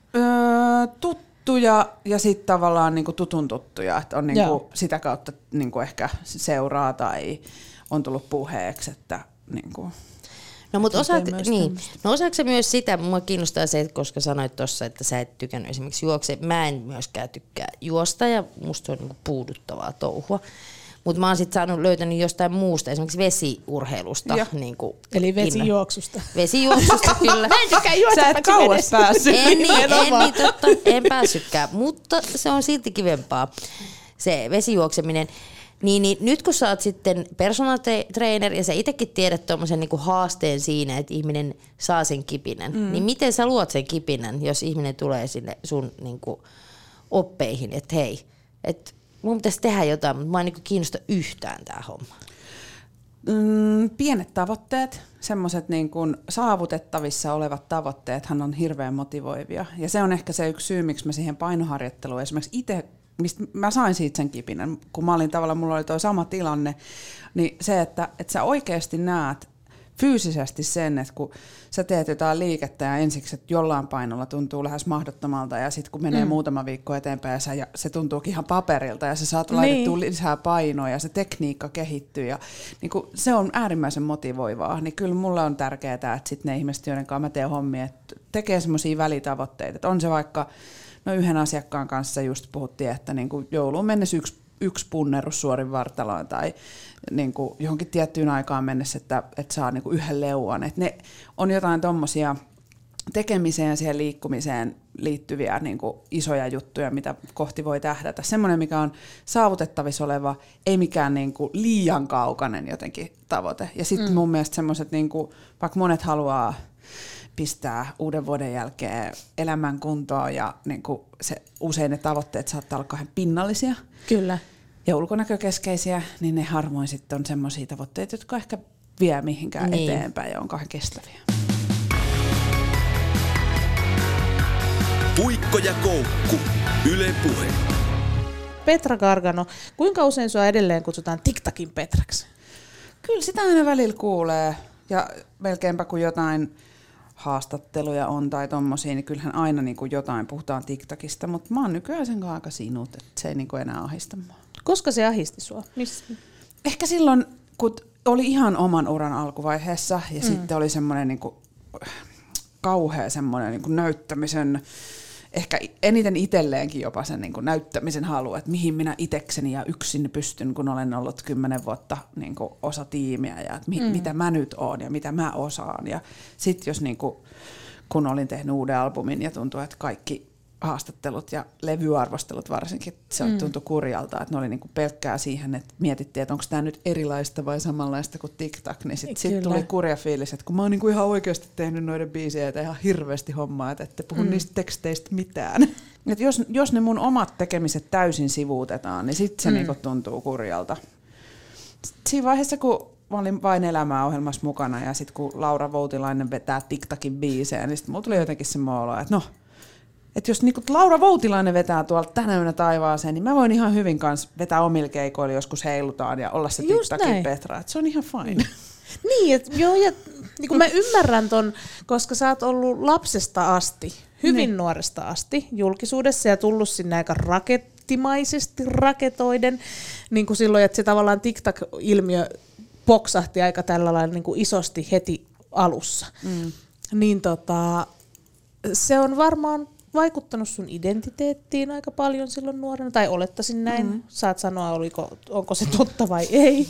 Tuttuja ja sitten tavallaan tutun tuttuja, että on sitä kautta ehkä tai on tullut puheeksi, että No mutta osaatko sä myös sitä, mua kiinnostaa se, koska sanoit tuossa, että sä et tykännyt esimerkiksi juoksea, mä en myöskään tykkää juosta ja musta on puuduttavaa touhua. Mutta mä oon sitten löytänyt jostain muusta, esimerkiksi vesiurheilusta. Eli vesijuoksusta. Vesijuoksusta, kyllä. Mä en tykkää juosta. Sä et kauas päässyt. En päässytkään, mutta se on silti kivempaa, se vesijuokseminen. Niin nyt kun sä oot sitten personal trainer ja sä itsekin tiedät tommosen haasteen siinä, että ihminen saa sen kipinän, niin miten sä luot sen kipinän, jos ihminen tulee sinne sun oppeihin, että hei, että mun pitäisi tehdä jotain, mutta mä en kiinnosta yhtään tää homma. Pienet tavoitteet, semmoiset saavutettavissa olevat tavoitteethan on hirveän motivoivia. Ja se on ehkä se yksi syy, miksi mä siihen painoharjoitteluun esimerkiksi itse, mistä mä sain siitä sen kipinän, kun mä olin tavallaan, mulla oli toi sama tilanne, niin se, että sä oikeasti näet fyysisesti sen, että kun sä teet jotain liikettä ja ensiksi, että jollain painolla tuntuu lähes mahdottomalta ja sitten kun menee muutama viikko eteenpäin ja se tuntuukin ihan paperilta ja sä saat laitettua lisää painoa ja se tekniikka kehittyy ja se on äärimmäisen motivoivaa, niin kyllä mulle on tärkeää, että sitten ne ihmiset, joiden kanssa mä teen hommia, että tekee semmoisia välitavoitteita, että on se vaikka, yhden asiakkaan kanssa just puhuttiin, että jouluun mennessä yksi punnerus suorin vartaloon tai johonkin tiettyyn aikaan mennessä, että saa yhden leuan. Et ne on jotain tommosia tekemiseen ja siihen liikkumiseen liittyviä isoja juttuja, mitä kohti voi tähdätä. Semmoinen, mikä on saavutettavissa oleva, ei mikään liian kaukainen jotenkin tavoite. Ja sitten mun mielestä semmoiset, vaikka monet haluaa pistää uuden vuoden jälkeen elämän kuntoon ja usein ne tavoitteet saattaa olla kauhean pinnallisia. Kyllä. Ja ulkonäkökeskeisiä, niin ne harvoin sitten on semmoisia tavoitteita, jotka ehkä vie mihinkään eteenpäin ja on kauhean kestäviä. Puikko ja koukku. Yle Puhe. Petra Gargano, kuinka usein sua edelleen kutsutaan TikTokin Petraksi? Kyllä sitä aina välillä kuulee ja melkeinpä kun jotain haastatteluja on tai tommosia, niin kyllähän aina jotain puhutaan TikTokista, mutta mä oon nykyään sen aika sinut, että se ei enää ahista mua. Koska se ahisti sua? Ehkä silloin, kun oli ihan oman uran alkuvaiheessa ja sitten oli semmoinen kauhea semmoinen näyttämisen, ehkä eniten itselleenkin jopa sen näyttämisen halu, että mihin minä itekseni ja yksin pystyn, kun olen ollut 10 vuotta osa tiimiä ja mitä mä nyt oon ja mitä mä osaan. Ja sitten jos kun olin tehnyt uuden albumin ja tuntuu, että kaikki haastattelut ja levyarvostelut varsinkin, se tuntui kurjalta, että ne oli niinku pelkkää siihen, että mietittiin, että onko tämä nyt erilaista vai samanlaista kuin TikTok, niin sitten tuli kurja fiilis, että kun mä oon niinku ihan oikeasti tehnyt noiden biisejä ihan hirveästi hommaa, että ette puhu niistä teksteistä mitään. Et jos ne mun omat tekemiset täysin sivuutetaan, niin sitten se niinku tuntuu kurjalta. Siinä vaiheessa, kun mä olin Vain elämää -ohjelmassa mukana ja sitten kun Laura Voutilainen vetää TikTokin biisejä, niin sitten mulla tuli jotenkin semmoinen olo, että no, että jos niinku Laura Voutilainen vetää tuolta Tänä yönä taivaaseen, niin mä voin ihan hyvin kanssa vetää omilla keikoilla, joskus heilutaan ja olla se TikTokin Petra. Et se on ihan fine. Niin, joo, ja niin mä ymmärrän ton, koska sä oot ollut lapsesta asti, hyvin nuoresta asti julkisuudessa ja tullut sinne aika rakettimaisesti raketoiden, niin kuin silloin, että se tavallaan TikTok-ilmiö poksahti aika tällä lailla niin kuin isosti heti alussa. Niin se on varmaan vaikuttanut sun identiteettiin aika paljon silloin nuorena, tai olettaisin näin. Saat sanoa, onko se totta vai ei.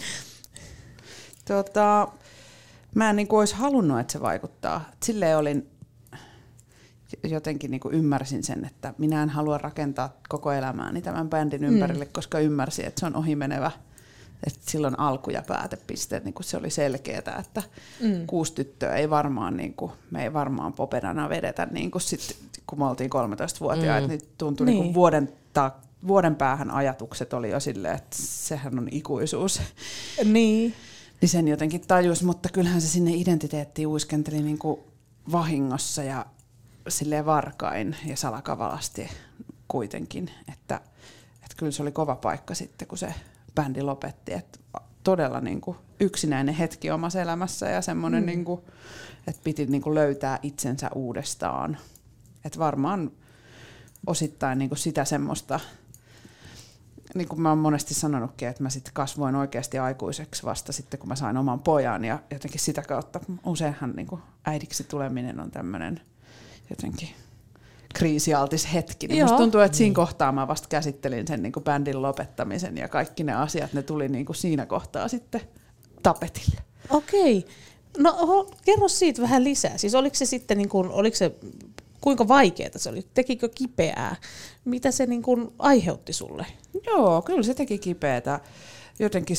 Mä en niinku olisi halunnut, että se vaikuttaa. Silleen olin jotenkin niinku ymmärsin sen, että minä en halua rakentaa koko elämääni tämän bändin ympärille, koska ymmärsin, että se on ohimenevä. Että silloin alku- ja päätepisteet, niin se oli selkeää, että 6 tyttöä ei varmaan, niin kuin, me ei varmaan poperana vedetä, niin kuin sit, kun me oltiin 13-vuotiaita, niin tuntui niin kuin vuoden päähän ajatukset oli jo silleen, että sehän on ikuisuus. Niin sen jotenkin tajus, mutta kyllähän se sinne identiteettiin uiskenteli niin kuin vahingossa ja silleen varkain ja salakavalasti kuitenkin, että kyllä se oli kova paikka sitten, kun se bändi lopetti, että todella niin kuin yksinäinen hetki omassa elämässä ja semmoinen, niin kuin, että piti niin kuin löytää itsensä uudestaan. Että varmaan osittain niin kuin sitä semmoista, niin kuin mä oon monesti sanonutkin, että mä sitten kasvoin oikeasti aikuiseksi vasta sitten, kun mä sain oman pojan ja jotenkin sitä kautta useinhan niin kuin äidiksi tuleminen on tämmöinen jotenkin kriisialtis hetki. Niin musta tuntuu, että siinä kohtaa mä vasta käsittelin sen niin kuin bändin lopettamisen ja kaikki ne asiat, ne tuli niin kuin siinä kohtaa sitten tapetille. Okei. No kerro siitä vähän lisää. Siis oliko se sitten, niin kuin, kuinka vaikeaa se oli? Tekikö kipeää? Mitä se niin kuin aiheutti sulle? Joo, kyllä se teki kipeätä. Jotenkin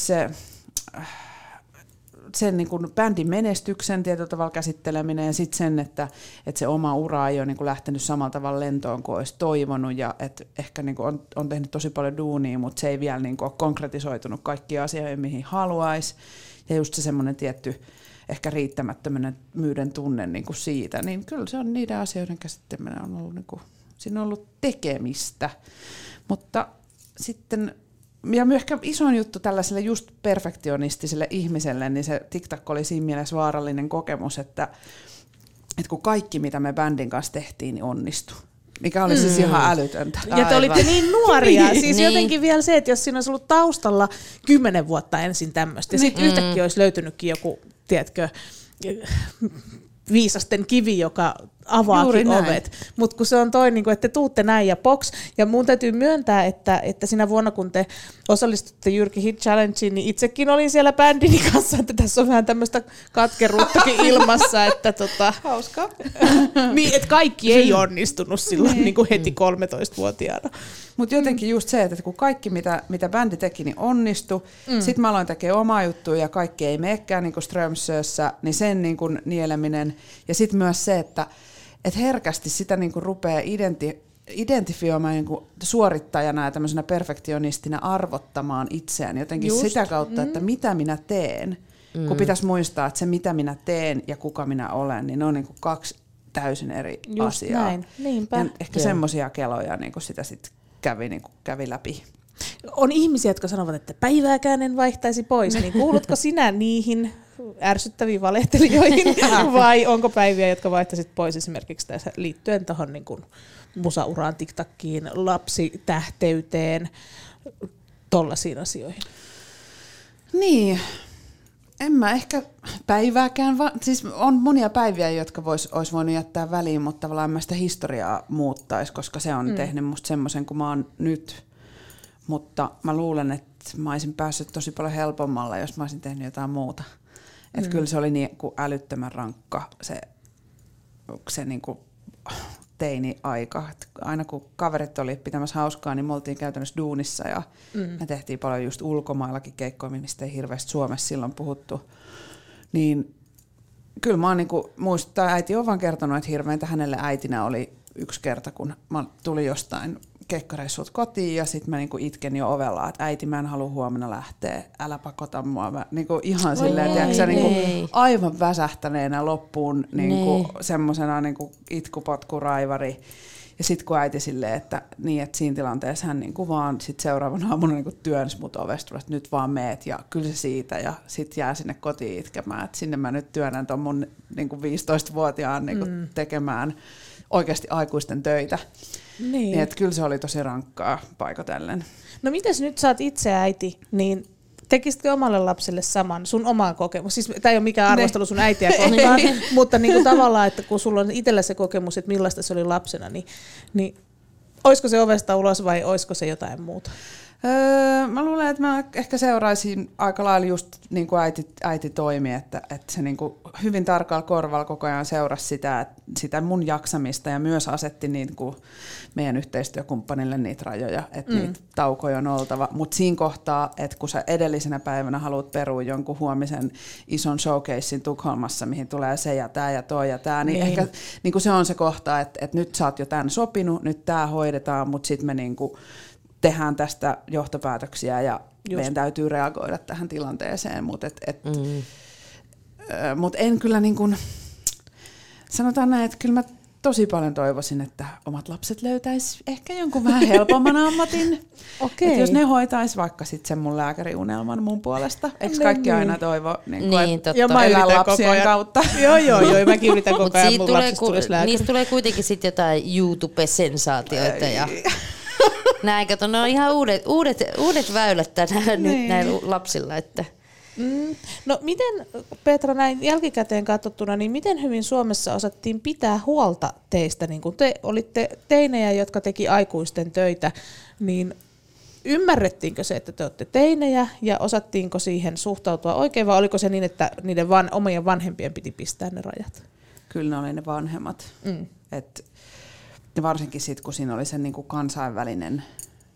sen niin kuin bändin menestyksen tietyllä tavalla käsitteleminen ja sitten sen, että se oma ura ei ole niin kuin lähtenyt samalla tavalla lentoon kuin olisi toivonut ja että ehkä niin kuin on tehnyt tosi paljon duunia, mutta se ei vielä niin kuin ole konkretisoitunut kaikkia asioita, mihin haluaisi. Ja just se semmoinen tietty ehkä riittämättömyyden tunne niin kuin siitä, niin kyllä se on niiden asioiden käsitteleminen on ollut, niin kuin, siinä on ollut tekemistä. Mutta sitten ja ehkä isoin juttu tällaiselle just perfektionistiselle ihmiselle, niin se TikTok oli siinä mielessä vaarallinen kokemus, että kun kaikki mitä me bändin kanssa tehtiin, niin onnistui. Mikä oli siis ihan älytöntä. Ja te olitte niin nuoria. Siis jotenkin vielä se, että jos siinä olisi ollut taustalla 10 vuotta ensin tämmöistä, ja sitten yhtäkkiä olisi löytynytkin joku, tiedätkö, viisasten kivi, joka avaakin ovet. Mutta kun se on toi, niin että te tuutte näin ja box. Ja mun täytyy myöntää, että sinä vuonna, kun te osallistutte Jyrki Hit Challengeen, niin itsekin olin siellä bändini kanssa, että tässä on vähän tämmöistä katkeruuttakin ilmassa. Että hauskaa. Niin, että kaikki ei onnistunut silloin niin kuin heti 13-vuotiaana. Mutta jotenkin just se, että kun kaikki mitä bändi teki, niin onnistui. Sitten mä aloin tekemään omaa juttua ja kaikki ei meekään niin kuin Strömsössä, niin sen niin kuin nieleminen. Ja sitten myös se, että herkästi sitä niin kuin rupeaa identifioimaan niin kuin suorittajana ja tämmöisenä perfektionistina arvottamaan itseään jotenkin just sitä kautta, että mitä minä teen. Kun pitäisi muistaa, että se mitä minä teen ja kuka minä olen, niin ne on niin kuin 2 täysin eri just asiaa. Näin. Niinpä. Ja ehkä semmoisia keloja niin kuin sitä sitten kävi läpi. On ihmisiä, jotka sanovat, että päivääkään en vaihtaisi pois, niin kuulutko sinä niihin ärsyttäviin valehtelijoihin vai onko päiviä, jotka vaihtaisit pois esimerkiksi tässä liittyen tuohon niin kuin musauraan, TikTokiin, lapsitähteyteen, tollaisiin asioihin? Niin, en mä ehkä päivääkään, siis on monia päiviä, jotka olisi voinut jättää väliin, mutta tavallaan en mä sitä historiaa muuttaisi, koska se on tehnyt musta semmoisen kuin mä oon nyt. Mutta mä luulen, että mä olisin päässyt tosi paljon helpommalla, jos mä olisin tehnyt jotain muuta. Että kyllä se oli niin kuin älyttömän rankka se niin kuin teini-aika. Et aina kun kaverit oli pitämässä hauskaa, niin me oltiin käytännössä duunissa ja me tehtiin paljon just ulkomaillakin keikkoja, mistä ei hirveästi Suomessa silloin puhuttu. Niin kyllä mä oon niinku, muistan, äiti on vaan kertonut, että hirveäntä hänelle äitinä oli yksi kerta, kun mä tulin jostain keikkareissut kotiin ja sitten mä niinku itken jo ovella, että äiti, mä en halua huomenna lähteä, älä pakota mua. Mä niinku ihan silleen, tiedätkö, niinku aivan väsähtäneenä loppuun niinku semmosena niinku itkupotkuraivari. Ja sitten kun äiti silleen, että siinä tilanteessa hän niinku vaan sit seuraavana aamuna niinku työnsi mut ovesta, että nyt vaan meet ja kyllä se siitä ja sitten jää sinne kotiin itkemään, että sinne mä nyt työnnän ton mun niinku 15-vuotiaan niinku tekemään oikeasti aikuisten töitä. Niin, että kyllä se oli tosi rankkaa paikotellen. No mitäs nyt sä oot itse äiti, niin tekisitkö omalle lapselle saman, sun omaa kokemus? Siis tämä ei ole mikään arvostelu sun äitiä kohtaan, mutta niin kuin tavallaan, että kun sulla on itsellä se kokemus, että millaista se oli lapsena, niin olisiko se ovesta ulos vai olisiko se jotain muuta? Mä luulen, että mä ehkä seuraisin aika lailla just niin kuin äiti toimi, että se niin kuin hyvin tarkalla korvalla koko ajan seurasi sitä mun jaksamista ja myös asetti niin kuin meidän yhteistyökumppanille niitä rajoja, että niitä taukoja on oltava. Mutta siinä kohtaa, että kun sä edellisenä päivänä haluat perua jonkun huomisen ison showcasein Tukholmassa, mihin tulee se ja tämä ja toi ja tämä, niin ehkä niin kuin se on se kohta, että nyt sä oot jo tämän sopinut, nyt tämä hoidetaan, mutta sitten me niin kuin tehdään tästä johtopäätöksiä ja meidän täytyy reagoida tähän tilanteeseen, mutta mut en kyllä niin kuin, sanotaan näin, että kyllä mä tosi paljon toivoisin, että omat lapset löytäis ehkä jonkun vähän helpomman ammatin. Okei. Että jos ne hoitais vaikka sitten sen mun lääkäriunelman mun puolesta. Eikö kaikki aina toivo elää lapsien kautta? Joo, mäkin yritän koko ajan, mun lapsista tulisi lääkäri. Niistä tulee kuitenkin sitten jotain YouTube-sensaatioita ja näin, kato, ne on ihan uudet väylät tänään nyt näillä lapsilla. Että. No miten, Petra, näin jälkikäteen katsottuna, niin miten hyvin Suomessa osattiin pitää huolta teistä? Niin kun te olitte teinejä, jotka teki aikuisten töitä, niin ymmärrettiinkö se, että te olette teinejä ja osattiinko siihen suhtautua oikein, vai oliko se niin, että niiden omien vanhempien piti pistää ne rajat? Kyllä ne oli ne vanhemmat. Varsinkin sitten, kun siinä oli se niin kuin kansainvälinen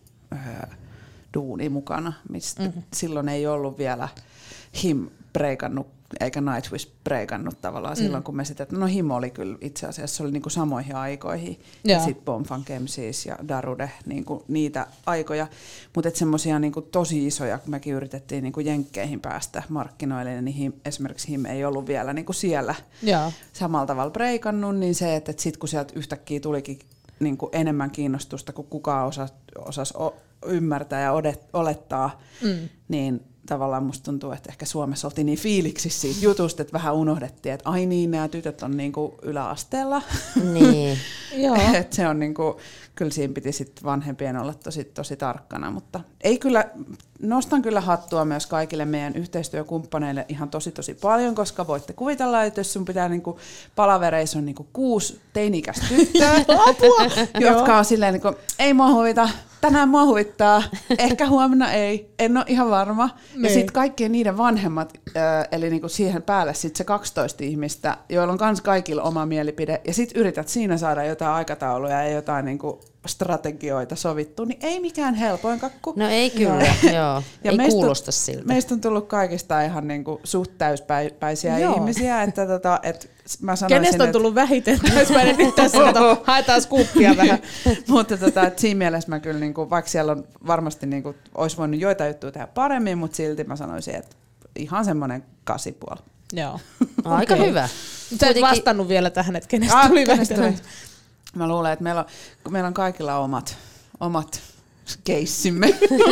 duuni mukana, mistä silloin ei ollut vielä Him breikannut, eikä Nightwish breikannut tavallaan silloin, kun me sitten, no Him oli kyllä itse asiassa, se oli niin kuin samoihin aikoihin, ja sitten Bomfunk MCs ja Darude, niin kuin niitä aikoja, mutta semmoisia niin kuin tosi isoja, kun mekin yritettiin niin kuin jenkkeihin päästä markkinoille, niin esimerkiksi Him ei ollut vielä niin kuin siellä samalla tavalla breikannut, niin se, että sitten kun sieltä yhtäkkiä tulikin niin kuin enemmän kiinnostusta, kun kukaan osasi ymmärtää ja olettaa, niin tavallaan musta tuntuu, että ehkä Suomessa oltiin niin fiiliksissä siitä jutusta, että vähän unohdettiin, että ai niin, nämä tytöt on niinku yläasteella. Niin. Että se on niinku, kyllä siinä piti sit vanhempien olla tosi tarkkana, mutta ei kyllä, nostan kyllä hattua myös kaikille meidän yhteistyökumppaneille ihan tosi paljon, koska voitte kuvitella, että jos sun pitää niinku palavereissa on niinku 6 teini-ikäistä tyttöä, jotka on silleen niinku, ei mua huvita, tänään mua huvittaa, ehkä huomenna ei, en ole ihan varma. Ja sitten kaikkien niiden vanhemmat, eli niinku siihen päälle sit se 12 ihmistä, joilla on kans kaikilla oma mielipide, ja sitten yrität siinä saada jotain aikatauluja ja jotain niinku strategioita sovittu, niin ei mikään helpoin kakku. No ei kyllä, joo. Ja ei kuulosta siltä. Meistä on tullut kaikista ihan niinku suht täyspäisiä ihmisiä, että mä sanoisin, kenestä on tullut vähiten täyspäinen, nyt tässä haetaan skuppia vähän. Mutta siinä mielessä mä kyllä, niinku, vaikka siellä on varmasti niinku, olisi voinut joitain juttuja tehdä paremmin, mutta silti mä sanoisin, että ihan semmoinen 8,5. Joo. Aika hyvä. Sä et vastannut vielä tähän, että kenestä tuli vähiten. Mä luulen, että meillä on kaikilla omat keissimme.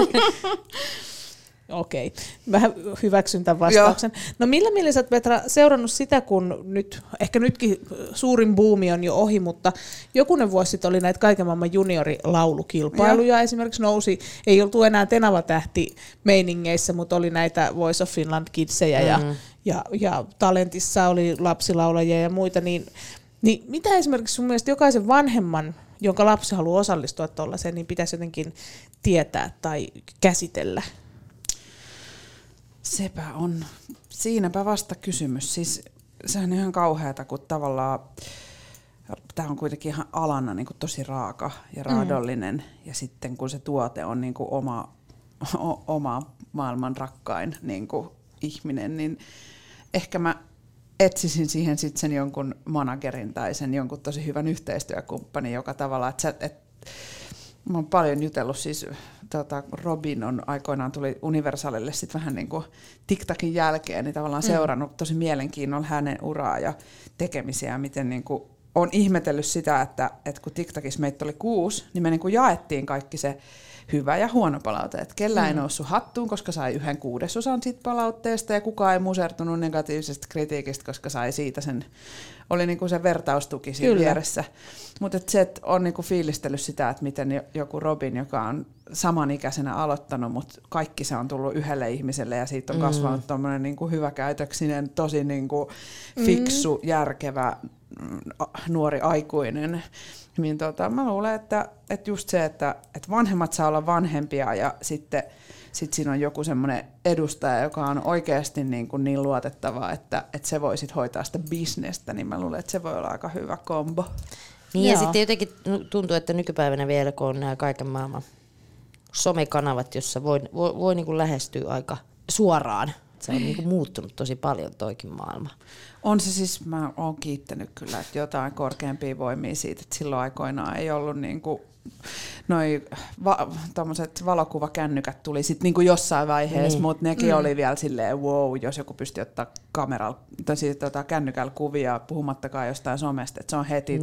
Okei, vähän hyväksyn tämän vastauksen. Joo. No millä mielessä sä oot, Petra, seurannut sitä, kun ehkä nytkin suurin buumi on jo ohi, mutta jokunen vuosi sitten oli näitä kaiken maailman juniorilaulukilpailuja esimerkiksi nousi, ei oltu enää Tenava-tähti meiningeissä, mutta oli näitä Voice of Finland kidsejä ja Talentissa oli lapsilaulajia ja muita, niin mitä esimerkiksi sun mielestä jokaisen vanhemman, jonka lapsi haluaa osallistua tuollaiseen, niin pitäisi jotenkin tietää tai käsitellä? Siinäpä vasta kysymys. Siis sehän on ihan kauheata, kun tavallaan tämä on kuitenkin ihan alana niin kuin tosi raaka ja raadollinen, ja sitten kun se tuote on niin kuin oma maailman rakkain niin kuin ihminen, niin ehkä mä etsisin siihen sitten sen jonkun managerin tai sen jonkun tosi hyvän yhteistyökumppanin, joka tavalla, mä oon paljon jutellut, siis Robin on aikoinaan tuli Universalille sitten vähän niin kuin TikTokin jälkeen, niin tavallaan seurannut tosi mielenkiinnolla hänen uraa ja tekemisiä, miten niin kuin on ihmetellyt sitä, että kun TikTokissa meitä oli 6, niin me niin kuin jaettiin kaikki se hyvä ja huono palaute. Että kellään ei noussut hattuun, koska sai 1/6 siitä palautteesta, ja kukaan ei musertunut negatiivisesta kritiikistä, koska sai siitä sen, oli niinku se vertaustuki siinä vieressä. Mutta se, että on niinku fiilistellyt sitä, että miten joku Robin, joka on samanikäisenä aloittanut, mutta kaikki se on tullut yhdelle ihmiselle, ja siitä on kasvanut tommoinen niinku hyväkäytöksinen, tosi niinku fiksu, järkevä, nuori aikuinen. Niin mä luulen, että just se, että vanhemmat saa olla vanhempia, ja sitten siinä on joku semmoinen edustaja, joka on oikeasti niin luotettava, että se voi sit hoitaa sitä bisnestä, niin mä luulen, että se voi olla aika hyvä kombo. Niin, ja sitten jotenkin tuntuu, että nykypäivänä vielä, kun on nämä kaiken maailman somekanavat, jossa voi niin kuin lähestyä aika suoraan. Se on niin kuin muuttunut tosi paljon toikin maailma. On se siis, mä oon kiittänyt kyllä, että jotain korkeampia voimia siitä, että silloin aikoinaan ei ollut niinku noi tommoset valokuvakännykät tuli sit niinku jossain vaiheessa, mutta nekin oli vielä silleen wow, jos joku pystyy ottaa kameralla tai siis kännykällä kuvia, puhumattakaan jostain somesta, että se on heti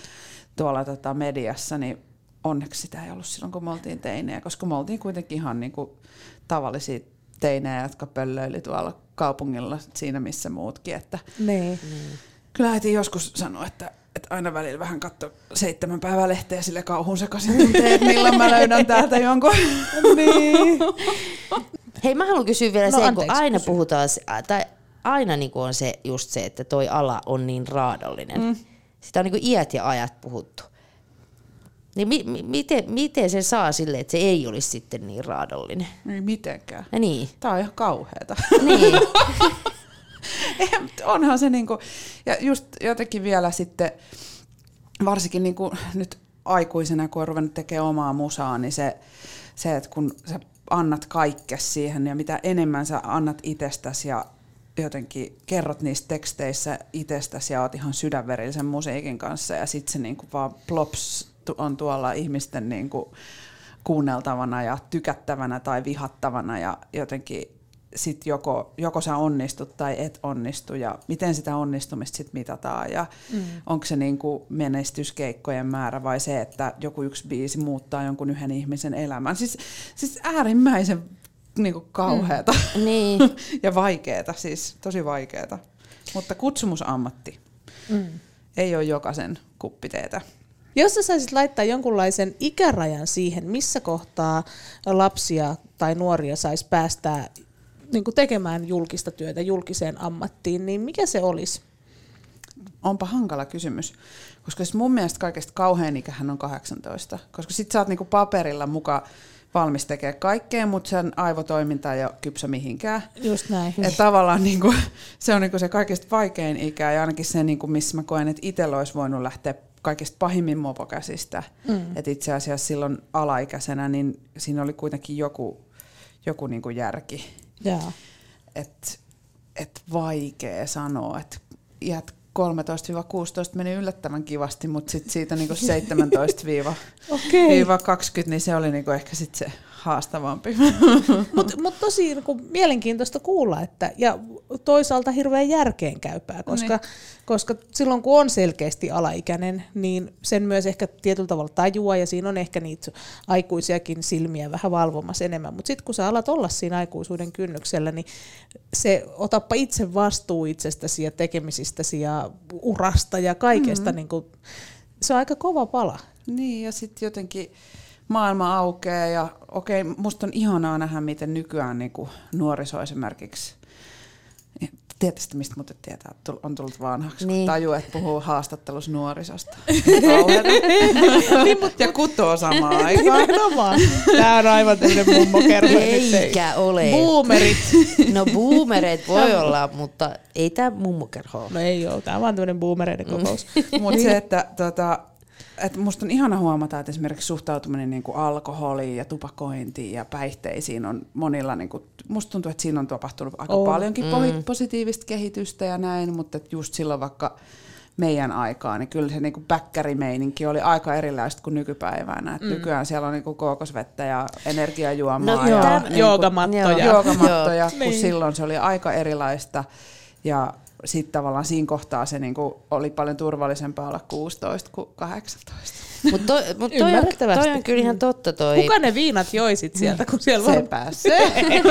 tuolla mediassa, niin onneksi sitä ei ollut silloin, kun me oltiin teinejä, koska me oltiin kuitenkin ihan niinku tavallisia teinejä, jotka pöllöili tuolla kaupungilla siinä, missä muutkin. Että kyllä äiti joskus sanoi, että aina välillä vähän katso 7 päivää lehteä sille kauhun sekaisin tunteen, että milloin mä löydän täältä jonkun. Niin. Hei, mä haluan kysyä vielä kun aina puhutaan, tai aina niin on se, just se, että toi ala on niin raadollinen. Sitä on niin iät ja ajat puhuttu. Niin miten se saa silleen, että se ei olisi sitten niin raadollinen? Ei mitenkään. Niin. Tää on ihan kauheeta. Niin. Onhan se niinku, ja just jotenkin vielä sitten, varsinkin niinku nyt aikuisena, kun on ruvennut tekemään omaa musaa, niin se, että kun sä annat kaikkes siihen, ja mitä enemmän sä annat itsestäsi ja jotenkin kerrot niissä teksteissä itsestäsi ja oot ihan sydänverillisen musiikin kanssa, ja sit se niinku vaan plops on tuolla ihmisten niinku kuunneltavana ja tykättävänä tai vihattavana, ja jotenkin sit joko sä onnistut tai et onnistu, ja miten sitä onnistumista sit mitataan, ja onko se niinku menestyskeikkojen määrä vai se, että joku yksi biisi muuttaa jonkun yhden ihmisen elämän. Siis äärimmäisen niinku kauheata Niin. ja vaikeeta, siis tosi vaikeeta. Mutta kutsumusammatti ei ole jokaisen kuppiteetä. Jos sä saisit laittaa jonkunlaisen ikärajan siihen, missä kohtaa lapsia tai nuoria saisi päästää niin kuin tekemään julkista työtä julkiseen ammattiin, niin mikä se olisi? Onpa hankala kysymys, koska siis mun mielestä kaikesta kauhean ikähän on 18, koska sit sä oot niinku paperilla mukaan valmis tekemään kaikkea, mutta sen aivotoiminta ei ole kypsä mihinkään. Just näin. Et tavallaan niinku, se on niinku se kaikista vaikein ikä, ja ainakin se, niinku, missä mä koen, että itsellä olisi voinut lähteä kaikista pahimmin mopokäsistä. Et itse asiassa silloin alaikäisenä, niin siinä oli kuitenkin joku niinku järki. Jaa. Et vaikea sanoa, että iät 13-16 meni yllättävän kivasti, mutta sit siitä niinku 17-20, niin se oli niinku ehkä sit se haastavampi. Mutta tosi niinku mielenkiintoista kuulla, että, ja toisaalta hirveän järkeenkäypää, koska silloin kun on selkeästi alaikäinen, niin sen myös ehkä tietyllä tavalla tajua, ja siinä on ehkä niitä aikuisiakin silmiä vähän valvomassa enemmän, mutta sitten kun sä alat olla siinä aikuisuuden kynnyksellä, niin se otappa itse vastuu itsestäsi ja tekemisistäsi ja urasta ja kaikesta, niin kun, se on aika kova pala. Niin, ja sitten jotenkin maailma aukeaa, ja musta on ihanaa nähdä, miten nykyään niin kuin nuoriso esimerkiksi Tietysti mistä muuten tietää, että on tullut vanhaksi, Niin. kun tajuu, että puhuu haastattelussa nuorisosta. Ja kutoo samaan aikaan. Nimenomaan. Tää on aivan tämmönen mummokerho. Eikä ole. Boomerit. No boomereet voi olla, mutta ei tää mummokerho. No ei oo, tää on vaan tämmönen boomereiden kokous. Mutta se, että musta on ihana huomata, että esimerkiksi suhtautuminen niin kuin alkoholiin ja tupakointiin ja päihteisiin on monilla, niin kuin, musta tuntuu, että siinä on tapahtunut aika paljonkin positiivista kehitystä ja näin, mutta just silloin vaikka meidän aikaa, niin kyllä se niin kuin bäkkärimeininki oli aika erilaista kuin nykypäivänä. Et nykyään siellä on niin kuin kookosvettä ja energiajuomaa ja joogamattoja, kun silloin se oli aika erilaista. Ja sitten tavallaan siinä kohtaa se niinku oli paljon turvallisempaa olla 16 kuin 18. Mutta toi on kyllä ihan totta toi. Kuka ne viinat joi sit sieltä, kun siellä se pääsee.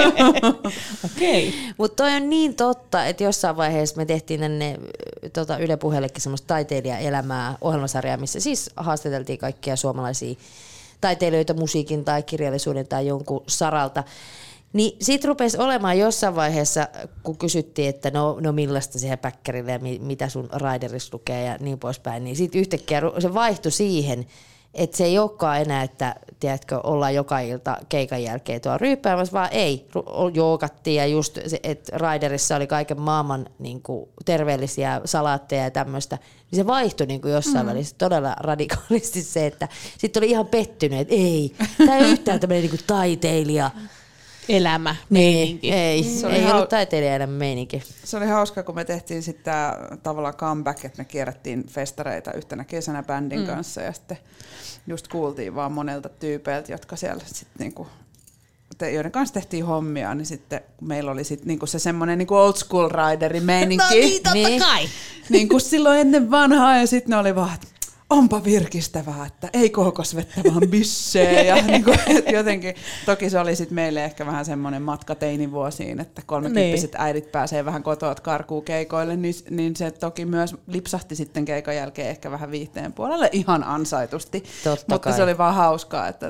Okei. Mutta toi on niin totta, että jossain vaiheessa me tehtiin tänne Yle Puheellekin semmoista taiteilijaelämää ohjelmasarjaa, missä siis haastateltiin kaikkia suomalaisia taiteilijoita musiikin tai kirjallisuuden tai jonkun saralta. Niin siitä rupesi olemaan jossain vaiheessa, kun kysyttiin, että no millaista siihen päkkärille ja mitä sun raiderissa lukee ja niin poispäin, niin sitten yhtäkkiä se vaihtui siihen, että se ei olekaan enää, että tiedätkö, ollaan joka ilta keikan jälkeen tuolla ryyppäämässä, vaan ei, jookattiin ja just se, että raiderissa oli kaiken maailman niin kuin terveellisiä salaatteja ja tämmöistä, niin se vaihtui niin kuin jossain välissä todella radikaalisti se, että sitten oli ihan pettynyt, että ei, tämä ei ole yhtään tämmöinen niin kuin taiteilija, elämä, meininki. Ei ollut taiteilijaelämä meininki. Se oli hauska, kun me tehtiin sitten tavallaan comeback, että me kierrättiin festareita yhtenä kesänä bändin kanssa ja sitten just kuultiin vaan monelta tyypeiltä, jotka siellä sitten niinku, joiden kanssa tehtiin hommia, niin sitten meillä oli sitten niinku se semmoinen niinku old school rideri meininki. No niin, totta kai. Niin kuin silloin ennen vanhaa ja sitten ne oli vaan, että onpa virkistävää, että ei kookosvettä, vaan bissejä. Ja niin kuin, jotenkin, toki se oli sitten meille ehkä vähän semmoinen matka teinivuosiin, että 30-vuotiaat äidit pääsee vähän kotoa karkuun keikoille, niin se toki myös lipsahti sitten keikan jälkeen ehkä vähän viihteen puolelle ihan ansaitusti. Mutta se oli vaan hauskaa, että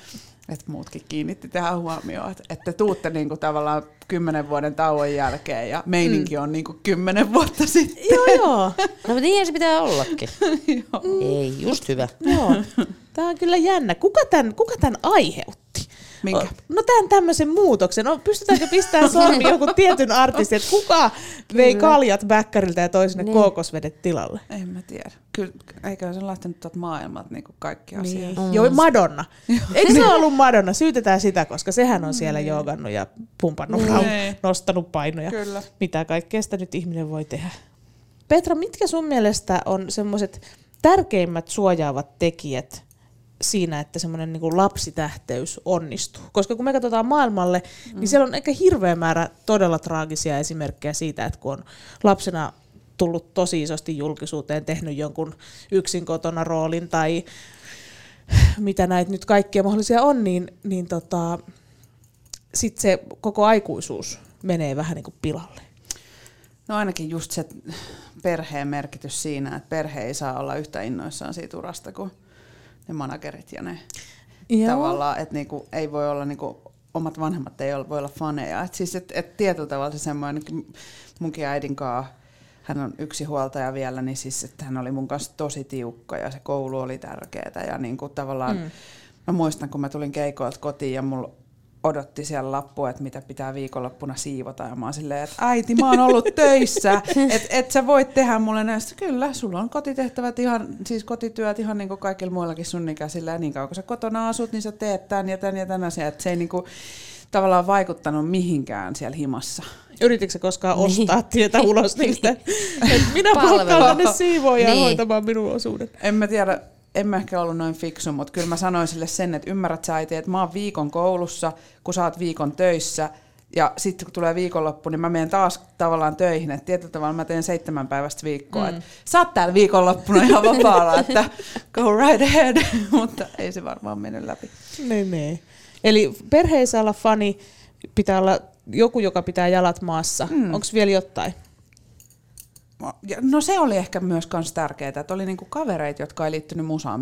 muutkin kiinnitti tähän huomioon, että tuutte niinku tavallaan 10 vuoden tauon jälkeen ja meininki on niinku 10 vuotta sitten. Joo. No mutta niin se pitää ollakin. Ei, just hyvä. Joo. Tämä on kyllä jännä. Kuka tämän aiheutti? Minkä? No tämän tämmöisen muutoksen. No, pystytäänkö pistämään sormi joku tietyn artistin, että kuka vei kaljat bäkkäriltä ja toi sinne kookosvedet tilalle? En mä tiedä. Kyllä, eikä se lähtenyt tuolta maailmalta niin kaikki asiat. Joo, Madonna. Eikö se ollut Madonna? Syytetään sitä, koska sehän on siellä joogannut ja pumpannut, nostanut painoja. Kyllä. Mitä kaikkea sitä nyt ihminen voi tehdä. Petra, mitkä sun mielestä on semmoiset tärkeimmät suojaavat tekijät siinä, että semmoinen niin kuin lapsitähteys onnistuu? Koska kun me katsotaan maailmalle, niin siellä on ehkä hirveä määrä todella traagisia esimerkkejä siitä, että kun on lapsena tullut tosi isosti julkisuuteen, tehnyt jonkun yksin kotona roolin tai mitä näitä nyt kaikkia mahdollisia on, niin sitten se koko aikuisuus menee vähän niin kuin pilalle. No ainakin just se perheen merkitys siinä, että perhe ei saa olla yhtä innoissaan siitä urasta kuin ne managerit ja ne tavallaan, että niinku ei voi olla niinku, omat vanhemmat ei voi olla faneja. Et siis et tietyllä tavalla se semmoinen, munkin äidin kanssa, hän on yksinhuoltaja vielä, niin siis että hän oli mun kanssa tosi tiukka ja se koulu oli tärkeää ja niinku tavallaan, mä muistan kun mä tulin keikoilta kotiin ja mulla odotti siellä lappua, että mitä pitää viikonloppuna siivota. Ja mä oon silleen, että äiti, mä oon ollut töissä, että et sä voit tehdä mulle näistä. Kyllä, sulla on kotitehtävät ihan, siis kotityöt ihan niin kuin kaikilla muillakin sun ikäisillä. Ja niin kauan kun sä kotona asut, niin sä teet tän ja tän asian. Että se ei niin kuin tavallaan vaikuttanut mihinkään siellä himassa. Yrititkö sä koskaan ostaa tietä ulos niistä? Minä palkkaan tänne siivoojaa hoitamaan minun osuuden. En mä tiedä. En mä ehkä ollut noin fiksu, mutta kyllä mä sanoin sille sen, että ymmärrät sä äiti, että mä oon viikon koulussa, kun sä oot viikon töissä, ja sitten kun tulee viikonloppu, niin mä menen taas tavallaan töihin, että tietyllä tavalla mä teen 7 päivästä viikkoa, että sä oot täällä viikonloppuna ihan vapaalla, että go right ahead, mutta ei se varmaan mennyt läpi. Niin. Eli perhe ei saa olla fani, pitää olla joku, joka pitää jalat maassa. Onko vielä jotain? No se oli ehkä myös kans tärkeää, että oli niinku kavereita, jotka ei liittynyt musaan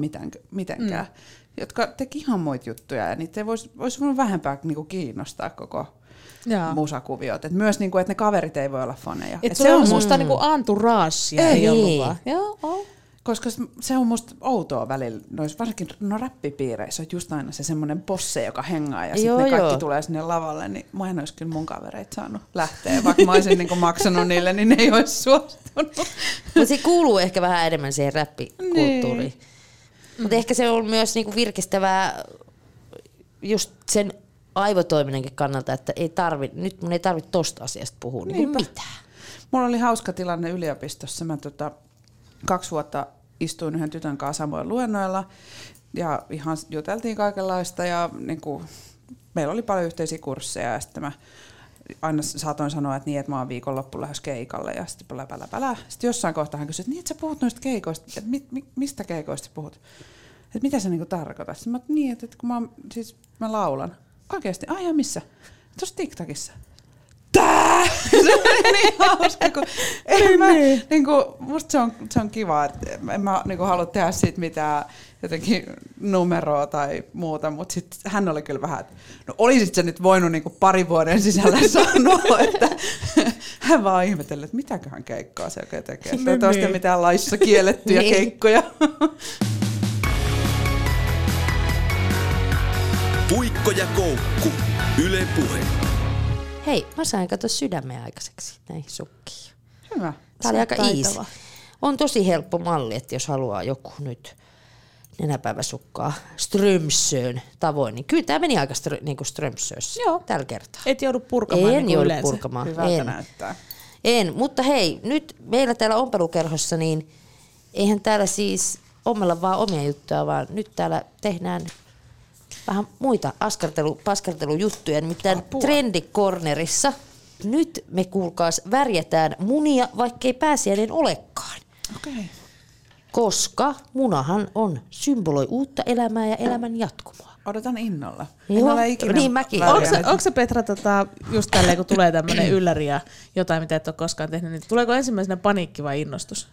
mitenkään, jotka teki ihan muita juttuja ja niitä ei voisi vähempää niinku kiinnostaa koko musakuviot. Et myös niinku, että ne kaverit ei voi olla faneja. Et se on musta niinku entouragea, ei ollut vaan. Joo. Koska se on musta outoa välillä, varsinkin räppipiireissä on just aina se semmoinen bosse, joka hengaa ja sitten ne kaikki tulee sinne lavalle, niin mä en olisi kyllä mun kavereita saanut lähteä, vaikka mä olisin niinku maksanut niille, niin ne ei olisi suostunut. Mutta se kuuluu ehkä vähän enemmän siihen räppikulttuuriin. Niin. Mutta ehkä se on myös niinku virkistävää just sen aivotoiminnankin kannalta, että nyt mun ei tarvitse tosta asiasta puhua niin mitään. Mulla oli hauska tilanne yliopistossa. Mä 2 vuotta istuin yhden tytön kanssa samoin luennoilla ja ihan juteltiin kaikenlaista ja niin kuin, meillä oli paljon yhteisiä kursseja ja sitten mä aina saatoin sanoa, että mä oon viikonloppu lähes keikalle ja sitten pälä. Sitten jossain kohtaa hän kysyi, että että sä puhut noista keikoista, että mistä keikoista puhut? Että mitä sä niinku tarkoitat? Sitten mä niin, että kun mä laulan. Oikeesti, ja missä? Tuossa TikTokissa. Tää! Se on niin hauska, kun musta se on kiva, että en mä niinku halua tehdä siitä mitään jotenkin numeroa tai muuta, mutta sitten hän oli kyllä vähän, että no olisit sä nyt voinut niinku 2 vuoden sisällä sanoa, että hän vaan ihmetellyt, että mitäköhän keikkaa se oikein tekee. Ei toista mitään laissa kiellettyjä keikkoja. Puikko ja Koukku, Yle Puhe. Hei, mä sain katsoa sydämen aikaiseksi näihin sukkiin. Hyvä. Tää oli aika easy. On tosi helppo malli, että jos haluaa joku nyt nenäpäiväsukkaa Strömsön tavoin, niin kyllä tämä meni aika niinku Strömsössä tällä kertaa. Et joudu purkamaan en niin joudu yleensä. purkamaan. Hyvältä näyttää. Mutta hei, nyt meillä täällä ompelukerhossa, niin eihän täällä siis ommella vaan omia juttuja, vaan nyt täällä tehdään vähän muita paskartelujuttuja, nimittäin Trendikornerissa. Nyt me kuulkaas värjätään munia, vaikkei pääsiäinen olekaan. Okay. Koska munahan symboloi uutta elämää ja elämän jatkumoa. Odotan innolla. Joo, niin mäkin. Onko se Petra just tälleen, kun tulee tämmöinen ylläri ja jotain, mitä et ole koskaan tehnyt, niin tuleeko ensimmäisenä paniikki vai innostus?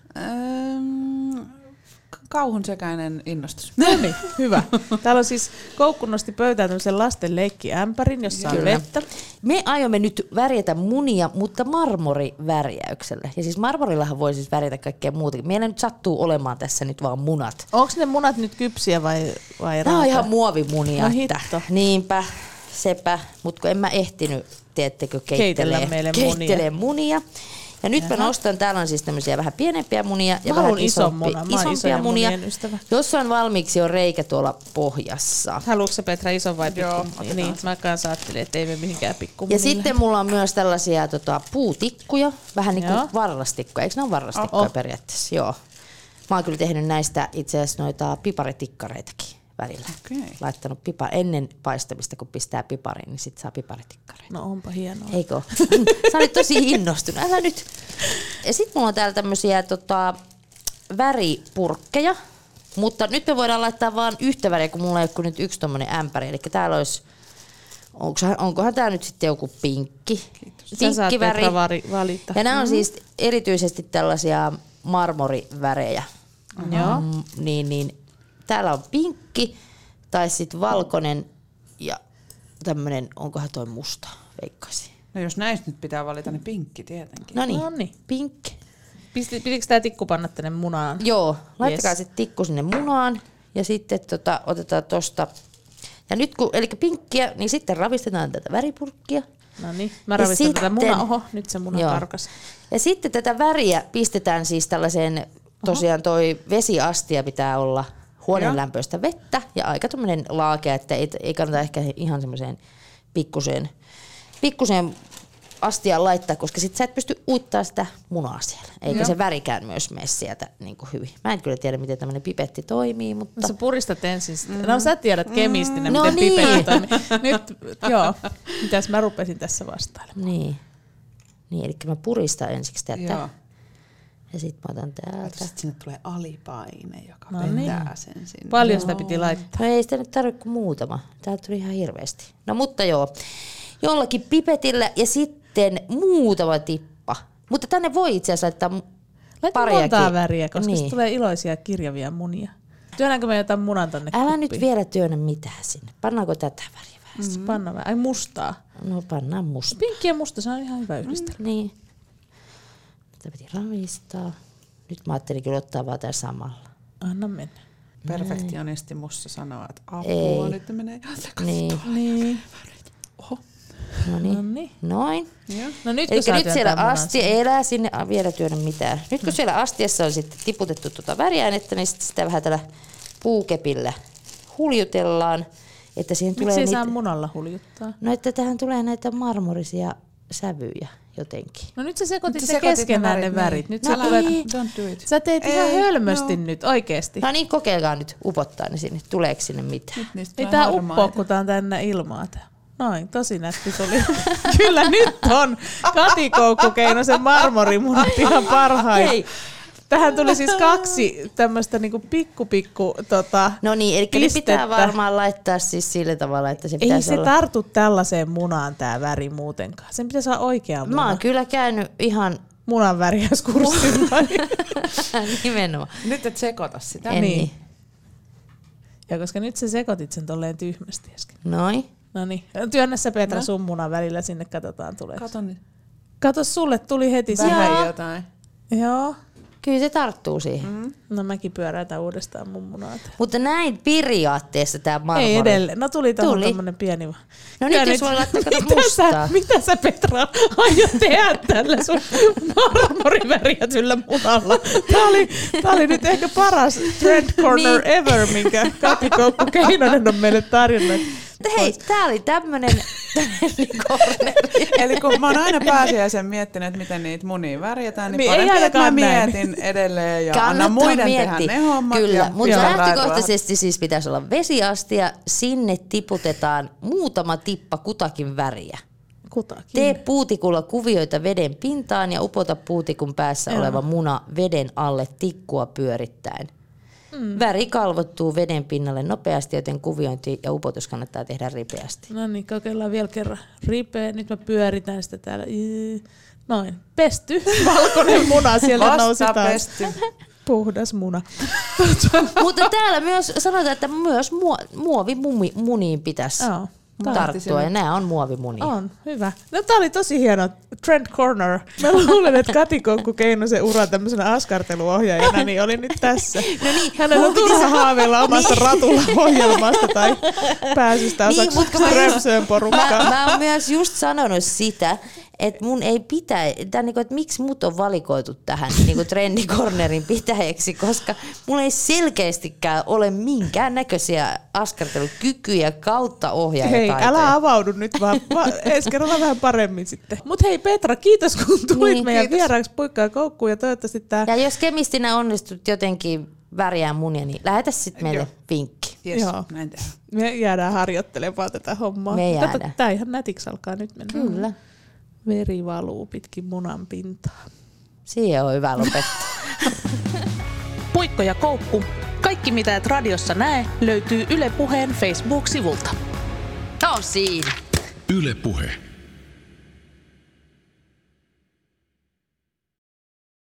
Kauhun sekäinen innostus. No niin, hyvä. Täällä on siis Koukku nosti pöytään tämmöisen lasten leikkiämpärin, jossa on vettä. Me aiomme nyt värjätä munia, mutta marmorivärjäyksellä. Ja siis marmorillahan voi siis värjätä kaikkea muutakin. Meillä nyt sattuu olemaan tässä nyt vaan munat. Onko ne munat nyt kypsiä vai nämä on ihan muovimunia. No hitto. Niinpä, sepä. Mutta kun en mä ehtinyt, teettekö, keittelee munia. Ja nyt mä nostan, täällä on siis tämmöisiä vähän pienempiä munia ja vähän isompia munia, jossa on valmiiksi jo reikä tuolla pohjassa. Haluatko sä Petra ison vai pikku? Niin, mä kanssa ajattelin, että ei mene mihinkään pikkumunille. Ja sitten mulla on myös tällaisia puutikkuja, vähän niin kuin varrastikkoja. Eikö ne ole varrastikkoja periaatteessa? Joo. Mä oon kyllä tehnyt näistä itse asiassa noita piparitikkareitakin välillä. Okay. Laittanut ennen paistamista, kun pistää piparin, niin sit saa piparitikkareita. No onpa hienoa. Eikö? Sä olit tosi innostunut. Älä nyt. Ja sit mulla on täällä tämmösiä väripurkkeja, mutta nyt me voidaan laittaa vaan yhtä väriä, kun mulla ei ole kuin nyt yksi tommonen ämpäri. Eli täällä olisi, onkohan tää nyt sitten joku pinkki? Pinkkiväri. Valita. Ja nämä on siis erityisesti tällaisia marmorivärejä. Joo. Niin. Täällä on pinkki tai sitten valkoinen ja tämmönen, onkohan toi musta, veikkaisin. No jos näistä nyt pitää valita, niin pinkki tietenkin. No niin, pinkki. Pitikö tää tikku panna tänne munaan? Joo, laittakaa se tikku sinne munaan ja sitten otetaan tosta. Ja nyt eli pinkkiä, niin sitten ravistetaan tätä väripurkkia. No niin, mä ravistan tätä munaa. Oho, nyt se muna karkas. Ja sitten tätä väriä pistetään siis tällaiseen, tosiaan toi vesiastia pitää olla huoneen lämpöistä vettä ja aika tommonen laakea, että ei kannata ehkä ihan semmoiseen pikkuseen astiaan laittaa, koska sit sä et pysty uittaa sitä munaa siellä. Eikä se värikään myös mene sieltä niin kuin hyvin. Mä en kyllä tiedä, miten tämmönen pipetti toimii, mutta... No sä puristat ensin. No sä tiedät kemistinä, miten pipetti toimii. Nyt, mitäs mä rupesin tässä vastailemaan. Niin, eli mä puristan ensiksi tätä. Joo. Ja sit mä otan täältä. Sitten sinne tulee alipaine, joka vetää sen sinne. Paljon sitä piti laittaa. No ei sitä nyt tarvitse kuin muutama. Täältä tuli ihan hirveästi. No mutta jollakin pipetillä ja sitten muutama tippa. Mutta tänne voi itse asiassa laittaa pariakin. Montaa väriä, koska sitten tulee iloisia kirjavia munia. Työnnäänkö me jotain munan tonne Älä kuppiin? nyt vielä työnnä mitään sinne. Pannaanko tätä väriä vähän? Panna vähän. Ai mustaa. No pannaan mustaa. Pinkki ja musta, se on ihan hyvä yhdistelmä. Niin. Tätä piti ravistaa. Nyt mä ajattelin kyllä ottaa vaan tää samalla. Anna mennä. Perfektionisti musta sanoo, että apua, nyt menee ihan sekaisin. Niin. Oho. Noniin. Noin. No nyt eli nyt siellä ei elää sinne vielä työnnä mitään. Nyt kun siellä astiassa on sitten tiputettu tuota väriainetta, niin sitä vähän tällä puukepillä huljutellaan. Että siihen miksi ei saa munalla huljuttaa? No että tähän tulee näitä marmorisia sävyjä jotenkin. No nyt sä sekoitit keskenään ne värit. Nyt sä Don't do it. Sä teet ihan hölmösti nyt, oikeesti. No niin, kokeilkaa nyt upottaa ne sinne. Tuleeko sinne mitään? Ei tää uppoo, kun tää on tänne ilmaa tää. Noin, tosi nätti tuli. Kyllä nyt on Katikoukku Keinosen marmorimunat ihan parhain. Hei. Tähän tuli siis 2 tämmöistä niinku pikku no niin, eli pistettä. Pitää varmaan laittaa siis sillä tavalla, että se pitäisi olla. Ei se tartu tällaiseen munaan tää väri muutenkaan. Sen pitäisi olla oikea muna. Mä oon kyllä käynyt ihan munan väriäiskurssilla. Nimenomaan. Nyt et sekoita sitä. Niin. Ja koska nyt sä sekoitit sen tolleen tyhmästi äsken. Noin. Noniin. Työnnä sä Petra sun munan välillä sinne, katsotaan tulee. Kato nyt. Kato, sulle tuli heti vähän jotain. Joo. Kyllä se tarttuu siihen. No mäkin pyöräytän uudestaan mun munaa. Mutta näin periaatteessa tää marmori. Ei edelleen. No tuli tommonen pieni vaan. No nyt jos voi laittaa mustaa. Mitä sä Petra aiot tehdä tällä sun marmoriväriätyllä munalla? Tää oli nyt ehkä paras trend corner ever, minkä Katikoukku Keinonen on meille tarjonnut. Hei, tää oli tämmönen corneri. Eli kun mä oon aina pääsiäisen miettinyt, että miten niitä munia värjätään, niin parempi, että mä mietin edelleen ja anna muiden tehdä ne hommat. Kyllä, mutta lähtökohtaisesti siis pitäisi olla vesiastia, sinne tiputetaan muutama tippa kutakin väriä. Kutakin. Tee puutikulla kuvioita veden pintaan ja upota puutikun päässä oleva muna veden alle tikkua pyörittäen. Väri kalvottuu veden pinnalle nopeasti, joten kuviointi ja upotus kannattaa tehdä ripeästi. No niin, kokeillaan vielä kerran. Ripeä, nyt mä pyöritän sitä täällä. Noin, pesty, valkoinen muna, siellä nousi taas. Pesty. Puhdas muna. Mutta täällä myös sanotaan, että myös muovimuniin pitäisi tarttua, ja nämä on muovimunia. On, hyvä. No tää oli tosi hieno Trend Corner. Mä luulen, että Katikoukku Keinosen ura tämmöisenä askarteluohjaajana niin oli nyt tässä. No niin, hänen on turha haaveilla omasta ratulla-ohjelmasta tai pääsystä osaksi Strömsön porukkaa. Mä oon myös just sanonut sitä, että mun ei että miksi mut on valikoitu tähän trendikornerin pitäjäksi, koska mulla ei selkeästikään ole minkään näköisiä askartelukykyjä kautta ohjaajataitoja. Hei, älä avaudu nyt vaan ensi kerralla vähän paremmin sitten. Mut hei Petra, kiitos kun tulit meidän vieraaksi Puikka ja Koukkuun ja toivottavasti tää... Ja jos kemistinä onnistut jotenkin värjää munia, niin lähetä sitten meille vinkki. Yes, joo, näin tehdään. Me jäädään harjoittelemaan tätä hommaa. Me jäädään. Kato, tää ihan nätiksi alkaa nyt mennä. Kyllä. Veri valuu pitkin munan pintaa. Siihen on hyvä lopettaa. Puikko ja Koukku. Kaikki mitä et radiossa näe löytyy Yle Puheen Facebook-sivulta. On siinä. Yle Puhe.